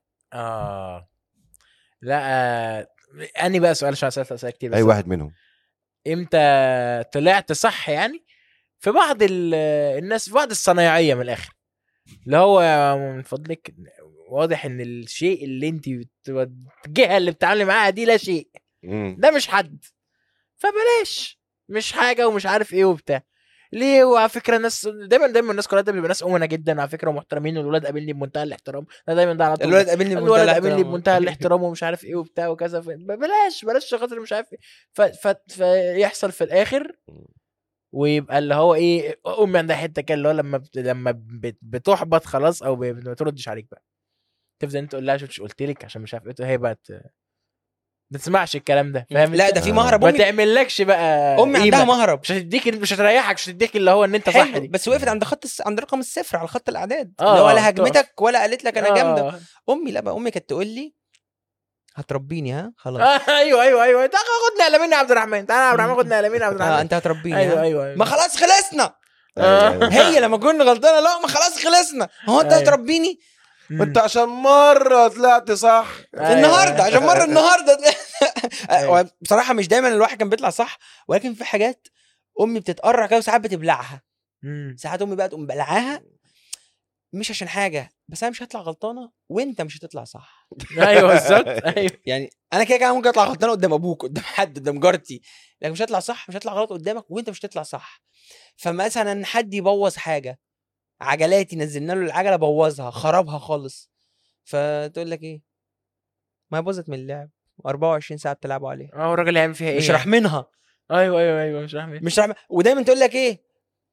لا اني بقى سؤال عشان سالت اسئله كتير. اي واحد منهم امتى طلعت صح يعني في بعض الناس، في بعض الصنايعيه من الاخر اللي هو من فضلك واضح ان الشيء اللي انت الجهه اللي بتتعاملي معاها دي لا شيء، ده مش حد، فبلاش مش حاجه ومش عارف ايه وبتاع ليه. وعلى فكره الناس دايما الناس كلها بتبقى ناس امنا جدا على فكره ومحترمين، والولاد قابلني بمنتهى الاحترام. ده دايما ده على طول الولاد قابلني بمنتهى الاحترام ومش عارف ايه وبتاع وكذا. بلاش خاطر مش عارف ايه فيحصل في الاخر ويبقى اللي هو ايه امي عندها حته كده اللي هو لما بتحبط خلاص او ما تردش عليك بقى تفضل انت تقول لها شفتش قلت لك عشان مش عارف ايه، هي بقى ما تسمعش الكلام ده فاهم. لا ده في مهرب ما تعملكش بقى امي عندها مهرب مش هتريحك مش هتديك اللي هو ان انت صح دي. بس وقفت عند رقم الصفر على خط الاعداد اللي ولا هجمتك ولا قالت لك انا جامده. امي لا بقى امي كانت تقول لي هتربيني ها خلاص. ايوه تعال خدنا قلمين يا عبد الرحمن، تعال يا عبد الرحمن خدنا قلمين يا عبد الرحمن. انت هتربيني. ايوه ما خلاص خلصنا. هي لما كنا غلطانه لا ما خلاص خلصنا. هو انت هتربيني وانت عشان مره طلعت صح النهارده عشان مره النهارده. بصراحه مش دايما الواحد كان بيطلع صح، ولكن في حاجات امي بتتقرع كده وساعات بتبلعها. ساعات امي بقى تقوم بلعاها مش عشان حاجه، بس انا مش هطلع غلطانه وانت مش هتطلع صح. ايوه بالظبط ايوه. يعني انا كده ممكن اطلع غلطانه قدام ابوك قدام حد قدام جارتي، لكن مش هطلع صح، مش هطلع غلط قدامك وانت مش هتطلع صح. فمثلا حد يبوظ حاجه، عجلاتي نزلنا له العجله بوظها خربها خالص، فتقول لك ايه ما باظت من اللعب 24 ساعه بتلعبوا عليه الراجل هيعمل فيها ايه مش رحمنها ايوه مش رحمن ودايما تقول لك ايه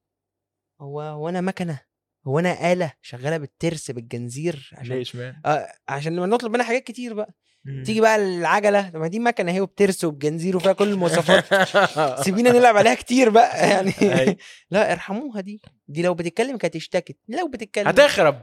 هو انا مكنه هو انا آلة شغاله بالترس بالجنزير عشان ليش مان عشان لما نطلب منها حاجات كتير بقى تيجي بقى العجله ما دي مكنه هي وبترس وبجنزير وفيها كل المواصفات سيبينا نلعب عليها كتير بقى يعني لا ارحموها دي لو بتتكلم كانت اشتكت لو بتتكلم هتخرب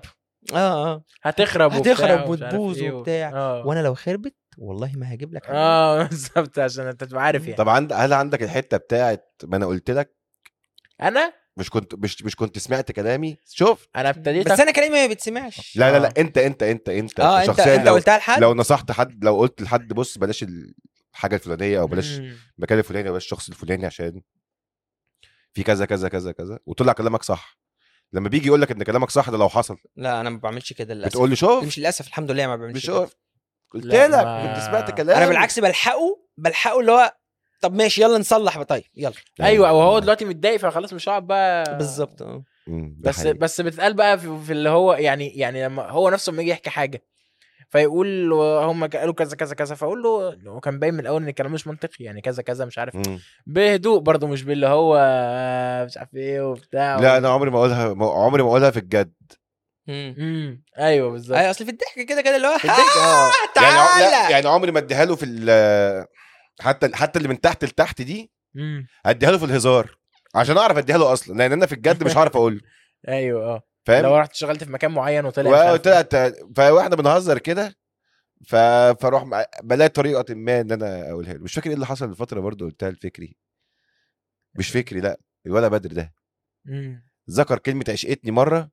هتخرب وتبوظ وبتاع وانا لو خربت والله ما هجيب لك حاجه بالظبط عشان انت تبقى عارف يعني. طبعا هل عندك الحته بتاعت ما انا قلت لك انا مش كنت سمعت كلامي شوف انا ابتديت بس انا كلامي ما بيتسمعش لا انت شخصيا انت قلتها لحد لو نصحت حد لو قلت لحد بص بلاش الحاجه الفلانيه او بلاش المكان الفلاني او بلاش الشخص الفلاني عشان في كذا كذا كذا كذا وطلع كلامك صح لما بيجي يقول لك ان كلامك صح ده لو حصل لا انا ما بعملش كده للاسف بتقول لي شوف مش للاسف الحمد لله ما بعملش كده قلت لك كنت سمعت كلام انا بالعكس بلحقه اللي هو طب ماشي يلا نصلح بقى طيب يلا ايوه وهو دلوقتي متضايق فخلاص مش هقعد بقى بالظبط بس بتتقال بقى في اللي هو يعني لما هو نفسه لما يجي يحكي حاجه فيقول هم قالوا كذا كذا كذا فاقول له هو كان باين من الاول ان الكلام مش منطقي يعني كذا كذا مش عارف بهدوء برضه مش باللي هو مش عارف ايه وبتاع لا انا عمري ما اقولها في الجد ايوه بالظبط ايوه اصل في الضحك كده اللي هو يعني عمري ما اديها له في حتى اللي من تحت لتحت دي اديها له في الهزار عشان اعرف اديها له اصلا لان انا في الجد مش هعرف اقول ايوه فاهم لو رحت شغلت في مكان معين وطلعت فاحنا بنهزر كده فاروح بلاقي طريقه ما ان انا اقولها له مش فاكر ايه اللي حصل الفتره برضو قلتها لفكري مش فكري لا الولا بدر ده ذكر كلمه عشقتني مره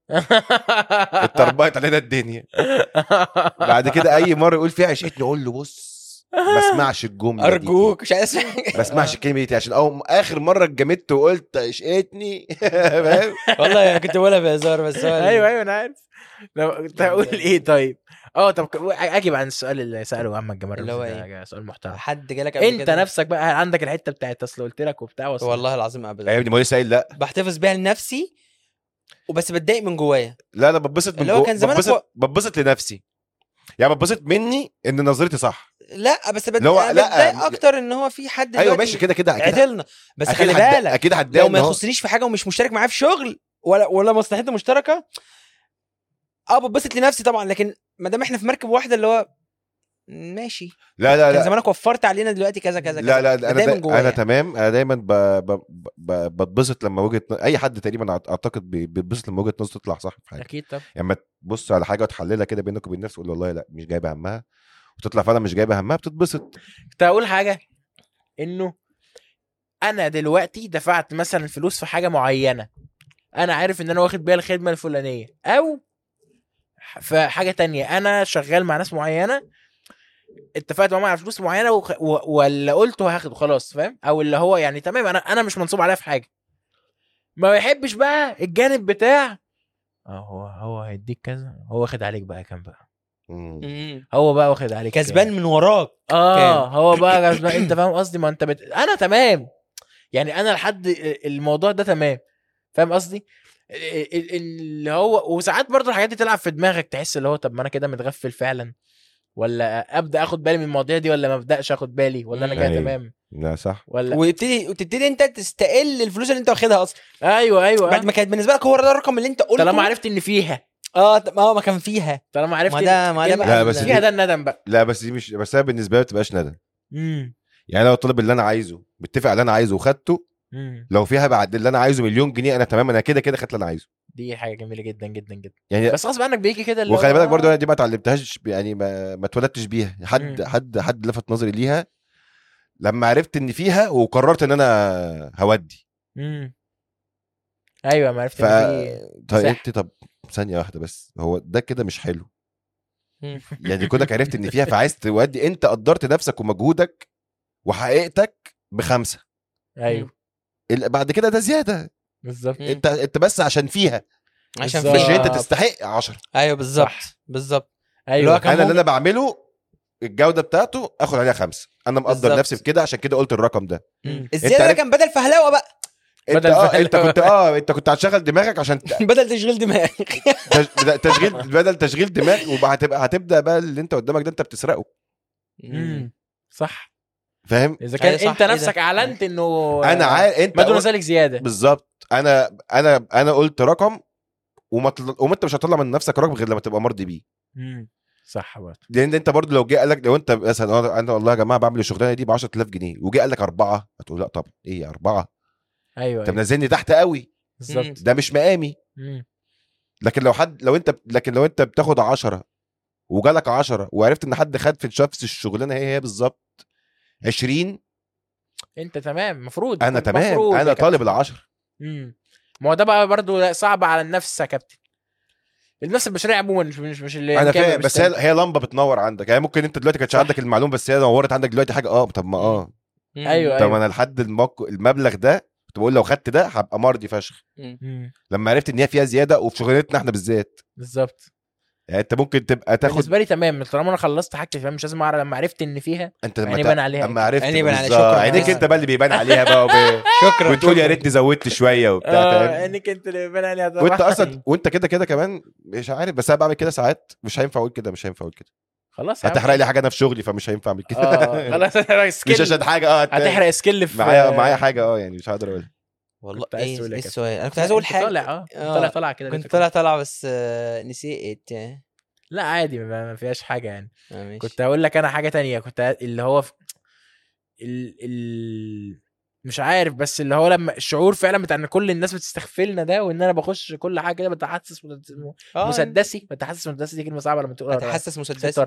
اتربيت علينا الدنيا بعد كده اي مره يقول فيها عشقتني اقول له بص ما اسمعش الجمله ارجوك مش عايز ما اسمعش الكلمه دي عشان اخر مره اتجمدت وقلت عشقتني فاهم والله كنت بقولها بهزار بس ايوه انا عارف كنت هقول ايه طيب طب اجيب عن السؤال اللي ساله عمك جمال اللي هو ايه سؤال محترم حد جالك انت كده؟ نفسك بقى عندك الحته بتاعت اصل قلت لك وبتاع والله العظيم ابدا يا ابني ما لسه قايل لا بحتفظ بيها لنفسي وبس بتضايق من جوايا لا انا بتبسط من جوايا بتبسط لنفسي يعني بتبسط مني ان نظرتي صح لا بس بتضايق اكتر ان هو في حد ايوه ماشي كده عدلنا بس خلي بالك اكيد لو ما يخصنيش في حاجه ومش مشترك معاه في شغل ولا مصلحتي مشتركه بتبسط لنفسي طبعا لكن ما دام احنا في مركب واحده اللي هو ماشي لا كان زمانك وفرت علينا دلوقتي كذا كذا لا انا تمام انا دايما بتبسط لما وجهه اي حد تقريبا اعتقد بيتبسط لما وجهه نظره تطلع صح في حاجه اكيد طبعا يعني تبص على حاجه وتحللها كده بينك وبين الناس تقول والله لا مش جايبه همها وتطلع فعلا مش جايبه همها بتتبسط كنت اقول حاجه انه انا دلوقتي دفعت مثلا فلوس في حاجه معينه انا عارف ان انا واخد بيها الخدمه الفلانيه او في حاجه تانية انا شغال مع ناس معينه اتفقت معاهم على فلوس معينه ولا قلت هاخده خلاص فاهم او اللي هو يعني تمام انا مش منصوب عليها في حاجه ما يحبش بقى الجانب بتاع هو هيديك كذا هو واخد عليك بقى كام بقى هو بقى واخد عليك كسبان من وراك هو بقى كسبان انت فاهم قصدي ما انت انا تمام يعني انا لحد الموضوع ده تمام فاهم قصدي اللي هو وساعات برضو الحاجات دي تلعب في دماغك تحس اللي هو طب ما انا كده متغفل فعلا ولا ابدا اخد بالي من المواضيع دي ولا ما ابداش اخد بالي ولا انا كده تمام لا صح ولا وتبتدي انت تستقل الفلوس اللي انت واخدها اصلا ايوه بعد ما كانت بالنسبه لك هو ده الرقم اللي انت قلته طالما عرفت ان فيها ما كان فيها طالما عرفت ما ده لا بس فيها ده الندم بقى لا بس دي مش بس بالنسبه لي ما تبقاش ندم يعني لو طلب اللي انا عايزه متفق على اللي انا عايزه وخدته لو فيها بعد اللي انا عايزه مليون جنيه انا تمام انا كده خدت اللي انا عايزه دي حاجه جميله جدا جدا جدا يعني بس غصب عنك بيجي كده وخلي بالك برضو انا دي ما اتعلمتهاش يعني ما اتولدتش بيها حد لفت نظري ليها لما عرفت ان فيها وقررت ان انا هودي ايوه ما عرفت ان طب ثانيه واحده بس هو ده كده مش حلو يعني كونك عرفت ان فيها فعايز تودي انت قدرت نفسك ومجهودك وحقيقتك ب5 ايوه بعد كده ده زياده بالظبط انت بس عشان فيها عشان مش انت تستحق 10 ايوه بالظبط ايوه انا اللي انا بعمله الجوده بتاعته اخد عليها 5 انا مقدر نفسي بكده عشان كده قلت الرقم ده الزياده كان بدل فهلاوه بقى انت كنت هتشغل دماغك عشان بدل تشغيل دماغ بدل تشغيل دماغ، هتبدا بقى اللي انت قدامك ده انت بتسرقه. صح، فاهم؟ اذا كان انت نفسك اعلنت انه انا عارف انت ما دون ذلك زياده. بالظبط. انا قلت رقم وانت مش هتطلع من نفسك رقم غير لما تبقى مرضي بيه. صح برضه. لان انت برضه لو جه قال لك، لو انت مثلا انا والله يا جماعه بعمل الشغلانه دي ب 10000 جنيه وجه قال لك 4، هتقول لا طبعا ايه 4؟ ايوه انت منزلني تحت قوي بالظبط، ده مش مقامي. لكن لو انت بتاخد 10 وجالك 10 وعرفت ان حد خد في نفس الشغلانه هي بالظبط 20، انت تمام. المفروض انا تمام، انا طالب ال10. ما هو ده بقى برضو صعب على النفس يا كابتن. النفس البشريه عموما مش اللي انا فاهم، بس هي لمبه بتنور عندك. يعني ممكن انت دلوقتي كانش عندك المعلومه بس هي نورت عندك دلوقتي حاجه. طب ما ايوه طب انا لحد المبلغ ده كنت بقول لو خدت ده هبقى مرضي فشخ. لما عرفت ان هي فيها زياده وفي شغلتنا احنا بالذات بالظبط. يعني انت ممكن تبقى تاخد بالنسبه لي تمام طالما انا خلصت حاجتي، فاهم؟ مش لازم اعرف. لما عرفت ان فيها انت يعني بان عليها، لما عرفت عينيك انت بقى اللي بيبان عليها بقى شكرا وتقول يا ريتني زودت شويه وبتاع، فاهم؟ عينيك انت اللي بيبان عليها طبعا. وانت اصلا وانت كده كمان مش عارف، بس انا بعمل كده ساعات. مش هينفع اقول كده، خلاص هتحرق لي حاجه انا في شغلي، فمش هينفع اعمل كده. خلاص مش عشان حاجه هتحرق سكيل في معايا حاجه يعني مش هقدر اقولها والله. ايه السؤال؟ انا كنت عايز اقول حاجه. طالع كده كنت طالع بس نسيت. لا عادي، ما فيهاش حاجه يعني. ماشي. كنت هقول لك انا حاجه تانية. كنت اللي هو مش عارف، بس اللي هو لما الشعور فعلا بتاع ان كل الناس بتستغفلنا ده، وان انا بخش كل حاجه كده بتحسس مسدسي. بتحسس مسدسي دي كلمه صعبه لما تقولها. اتحسس مسدسي.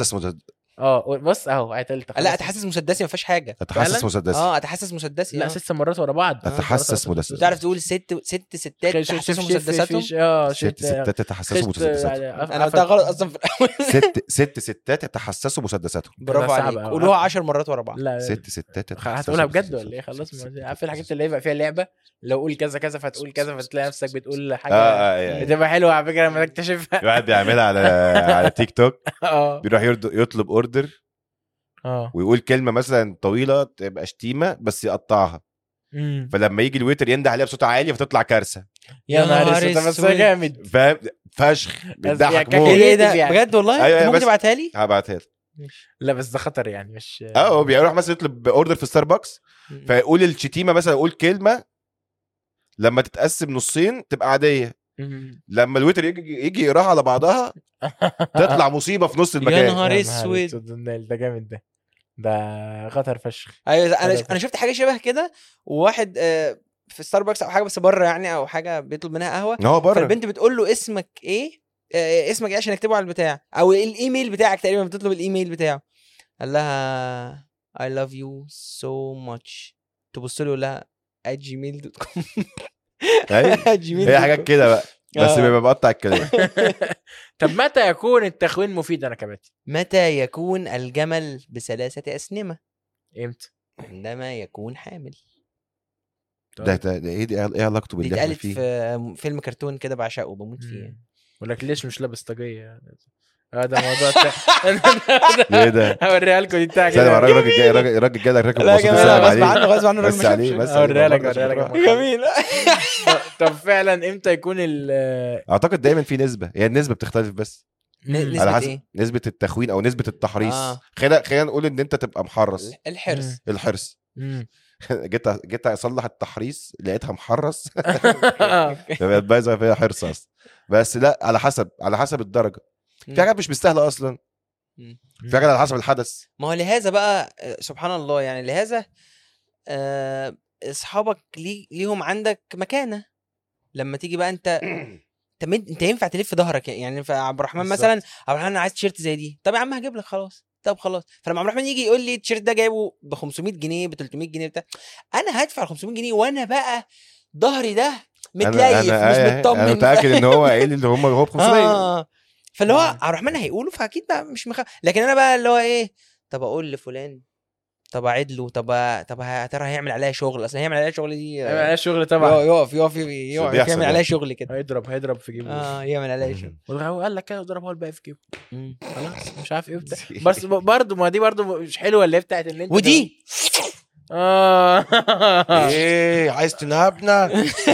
بص اهو عتلت. لا اتحسس مسدسي ما فيهاش حاجه. اتحسس مسدسي. اتحسس مسدسي. لا 6 مرات ورا بعض. اتحسس مسدسي. تعرف تقول ست ستات تحسسوا مسدساتهم. ست ستات تحسسوا مسدساتهم. انا قلتها غلط اصلا في الاول. ست ستات تحسسوا مسدساتهم. برافو عليك. قولوها 10 مرات ورا بعض. ست ستات هتقولها بجد ولا ايه؟ خلاص عارف الحاجات اللي يبقى فيها لعبه، لو قول كذا كذا فتقول كذا فتلاقي نفسك بتقول حاجه بتبقى حلوه على فكره لما تكتشفها. الواحد بيعملها على تيك توك. بيروح يطلب اوردر ويقول كلمه مثلا طويله تبقى شتيمه بس يقطعها. فلما يجي الويتر ينده عليها بصوت عالي فتطلع كارثه. يا نهار اسود، بس جامد فاهم؟ فشخ بيضحك موت. ايه ده بجد والله؟ ممكن تبعتها لي؟ هبعتها لك. لا بس ده خطر يعني، مش هو بيروح مثلا يطلب اوردر في ستاربكس فيقول الشتيمه مثلا، يقول كلمه لما تتقسم نصين تبقى عاديه، لما الويتر يجي يقراها على بعضها تطلع مصيبه في نص المكان. يا نهار اسود، ده جامد، ده خطر فشخ. ايوه انا شفت حاجه شبه كده، وواحد في ستاربكس او حاجه بس بره يعني، او حاجه بيطلب منها قهوه، فالبنت بتقول له اسمك ايه عشان اكتبه على البتاع، او الايميل بتاعك تقريبا، بتطلب الايميل بتاعه. قال لها I love you so much. تبص له لها @gmail.com. هي حاجات كده بقى، بس بيبقى بقطع الكلام. طب متى يكون التخوين مفيد انا كباتي؟ متى يكون الجمل ب3 أسنمة؟ امتى؟ عندما يكون حامل. ده ايه علاقته باللي احنا فيه؟ في فيلم كرتون كده بعشقه بموت فيه. بقول لك ليش مش لابس طاقيه؟ هذا موضوع ايه ده؟ هوريها لكم دي بتاعك. الراجل جاي لك راكب لا يا جماعه غصب عنه بس عليه بس هوريها لك جميل. طب فعلا امتى يكون اعتقد دايما في نسبه، هي النسبه بتختلف بس على حسب نسبه التخوين او نسبه التحريص. خلينا نقول ان انت تبقى محرص. الحرص جيت اصلح التحريص لقيتها محرص. بقت بايظه فيها حرص اصلا. بس لا، على حسب الدرجه. في حاجات مش مستاهله اصلا، في حاجات على حسب الحدث. ما هو لهذا بقى سبحان الله، يعني لهذا اصحابك ليهم عندك مكانه. لما تيجي بقى انت ينفع تلف ظهرك يعني. عبد الرحمن مثلا، عبد الرحمن عايز تيشيرت زي دي، طب يا عم هجيب لك خلاص. طب خلاص. فلما عبد الرحمن يجي يقول لي التيشيرت ده جايبه ب 500 جنيه ب 300 جنيه بتاع، انا هدفع 500 جنيه وانا بقى ظهري ده متليف مش مطمن. انا متاكد ان هو قايل اللي هو ب 500. فاللي هو عبد الرحمن هيقوله، فاكيد بقى مش لكن انا بقى اللي هو ايه، طب اقول لفلان، طب اعيد له، طب ترى هيعمل عليها شغل. اصلا هيعمل عليها شغل دي، هيعمل عليها شغل طبعا. يقف يعمل عليها شغل كده، هيضرب في جيبه. يعمل عليها شغل. هو قال لك كده ضرب هو الباقي في جيبه. خلاص مش عارف ايه بس برضه ما دي برضه مش حلوه اللي هي بتاعت ان انت ودي ايه عايز تنهبنا؟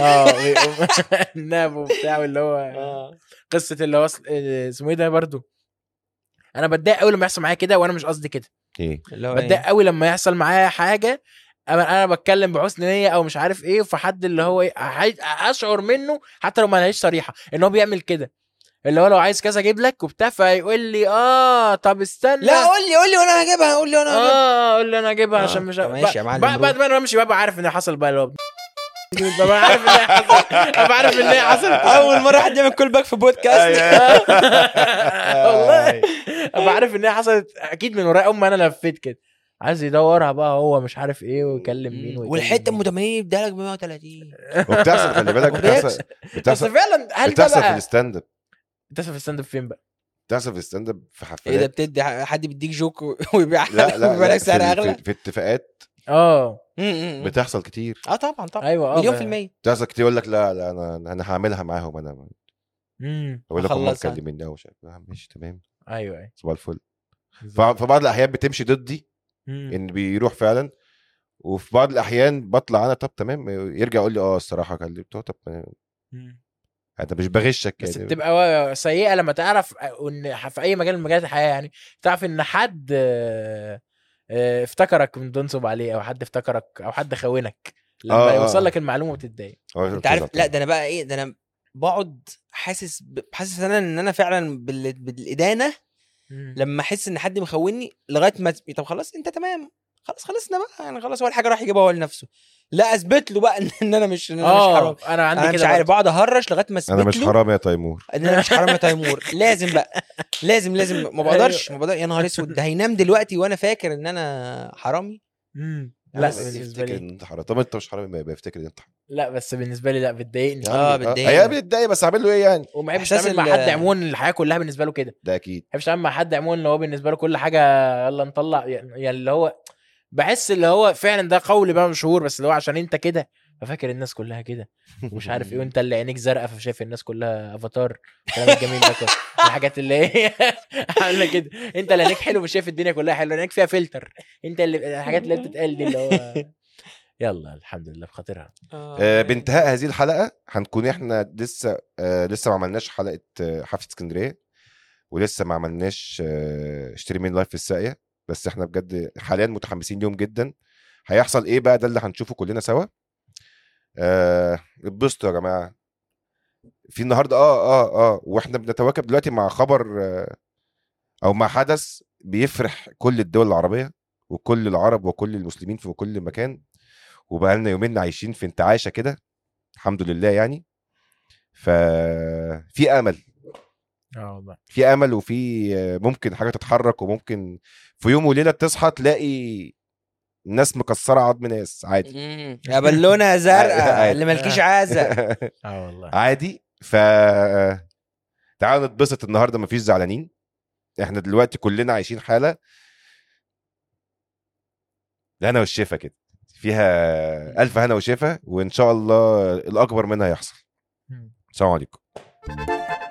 الناب بتاعه اللي هو قصه اللي هو اسمه ايه ده برضو. انا بتضايق قوي لما يحصل معايا كده وانا مش قصدي كده. ايه بتضايق قوي لما يحصل معايا حاجه انا بتكلم بحسن نيه او مش عارف ايه، فحد اللي هو اشعر منه حتى لو ما لهاش صريحه ان هو بيعمل كده، اللي هو لو عايز كذا اجيب لك وبتاع، فيقول لي طب استنى، لا قول لي وانا هجيبها، قول لي انا هجيبها عشان مش ماشي يا معلم. بعد ما انا بمشي ببقى عارف ان حصل بقى، اللي ببقى عارف ان هي حصل، ببقى عارف ان هي حصل اول مره حد يعمل كول باك في بودكاست. والله ببقى عارف ان هي حصلت اكيد من ورايا. ما انا لفيت كده عايز يدورها بقى هو مش عارف ايه ويكلم مين والحته المتميز يديها لك ب 130 وبتحصل. خلي بالك بتحصل فعلا. هل بتحصل في الستاند اب؟ بتحصل في الستاند اب فين بقى؟ بتحصل في الستاند اب في حفلات. ايه ده؟ بتدي حد بيديك جوك ويبيع لا سعر اغلى في اتفاقات بتحصل كتير. طبعا ايوه مليون في المية بتحصل كتير. يقول لك لا انا هعملها معاهم انا. اقول لك هم مكلميني او ماشي تمام. ايوه صباح الفل. فبعض الاحيان بتمشي ضدي ان بيروح فعلا، وفي بعض الاحيان بطلع انا طب تمام، يرجع يقول لي الصراحه كلمته طب انت مش بغشك بس يعني. بتبقى سيئه لما تعرف ان في اي مجال من مجالات الحياه يعني تعرف ان حد افتكرك من تنصب عليه، او حد افتكرك، او حد خونك لما يوصل لك المعلومه وتتضايق. انت عارف لا ده انا بقى ايه، ده انا بقعد حاسس ان انا فعلا بالادانه لما احس ان حد مخوني لغايه ما طب خلاص انت تمام، خلاص خلصنا بقى يعني، خلاص هو الحاجه راح يجيبها هو لنفسه، لا اثبت له بقى ان انا مش حرام. انا عندي كده مش عارف بقعد اهرش لغايه ما اثبت له انا مش حرام يا تيمور، ان انا مش حرام يا تيمور. لازم بقى لازم ما بقدرش يا نهار اسود ده هينام دلوقتي وانا فاكر ان انا حرامي. لا بالنسبه لي انت حرام. طب انت مش حرامي ما بيفتكر ان انت حرام. لا بس بالنسبه لي لا بتضايقني. بتضايقني هي بتضايق بس اعمل له ايه يعني؟ وما بحبش اتعامل مع حد عموما الحياه كلها بالنسبه له كده. ده اكيد ما بحبش اتعامل مع حد عموما اللي هو بالنسبه له كل حاجه يلا نطلع يعني اللي هو بحس اللي هو فعلا ده قول بقى مشهور، بس اللي هو عشان انت كده ففاكر الناس كلها كده ومش عارف ايه، وانت اللي عينيك زرقاء فشايف الناس كلها افاتار. الكلام الجميل ده كله الحاجات اللي هي عامله كده، انت اللي عينيك حلو وشايف الدنيا كلها حلوه، عينيك فيها فلتر، انت اللي الحاجات اللي بتتقال دي اللي هو يلا الحمد لله بخاطرها. بانتهاء هذه الحلقه هنكون احنا لسه ما عملناش حلقه حفله اسكندريه، ولسه ما عملناش اشتري من لايف في الساقيه، بس احنا بجد حاليا متحمسين ليهم جدا. هيحصل ايه بقى؟ ده اللي هنشوفه كلنا سوا. اتبسطوا يا جماعه في النهارده. واحنا بنتواكب دلوقتي مع خبر او مع حدث بيفرح كل الدول العربيه وكل العرب وكل المسلمين في كل مكان، وبقى لنا يومين عايشين في انتعاشه كده الحمد لله يعني. ففي امل، والله في امل، وفي ممكن حاجه تتحرك، وممكن في يوم وليله تصحى تلاقي الناس مكسره عظم ناس عادي. يا بالونه زرقاء اللي مالكيش عازه. والله عادي. تعالوا نتبسط النهارده، مفيش زعلانين. احنا دلوقتي كلنا عايشين حاله هنا والشفا كده، فيها الف هنا وشفا، وان شاء الله الاكبر منها يحصل. السلام عليكم.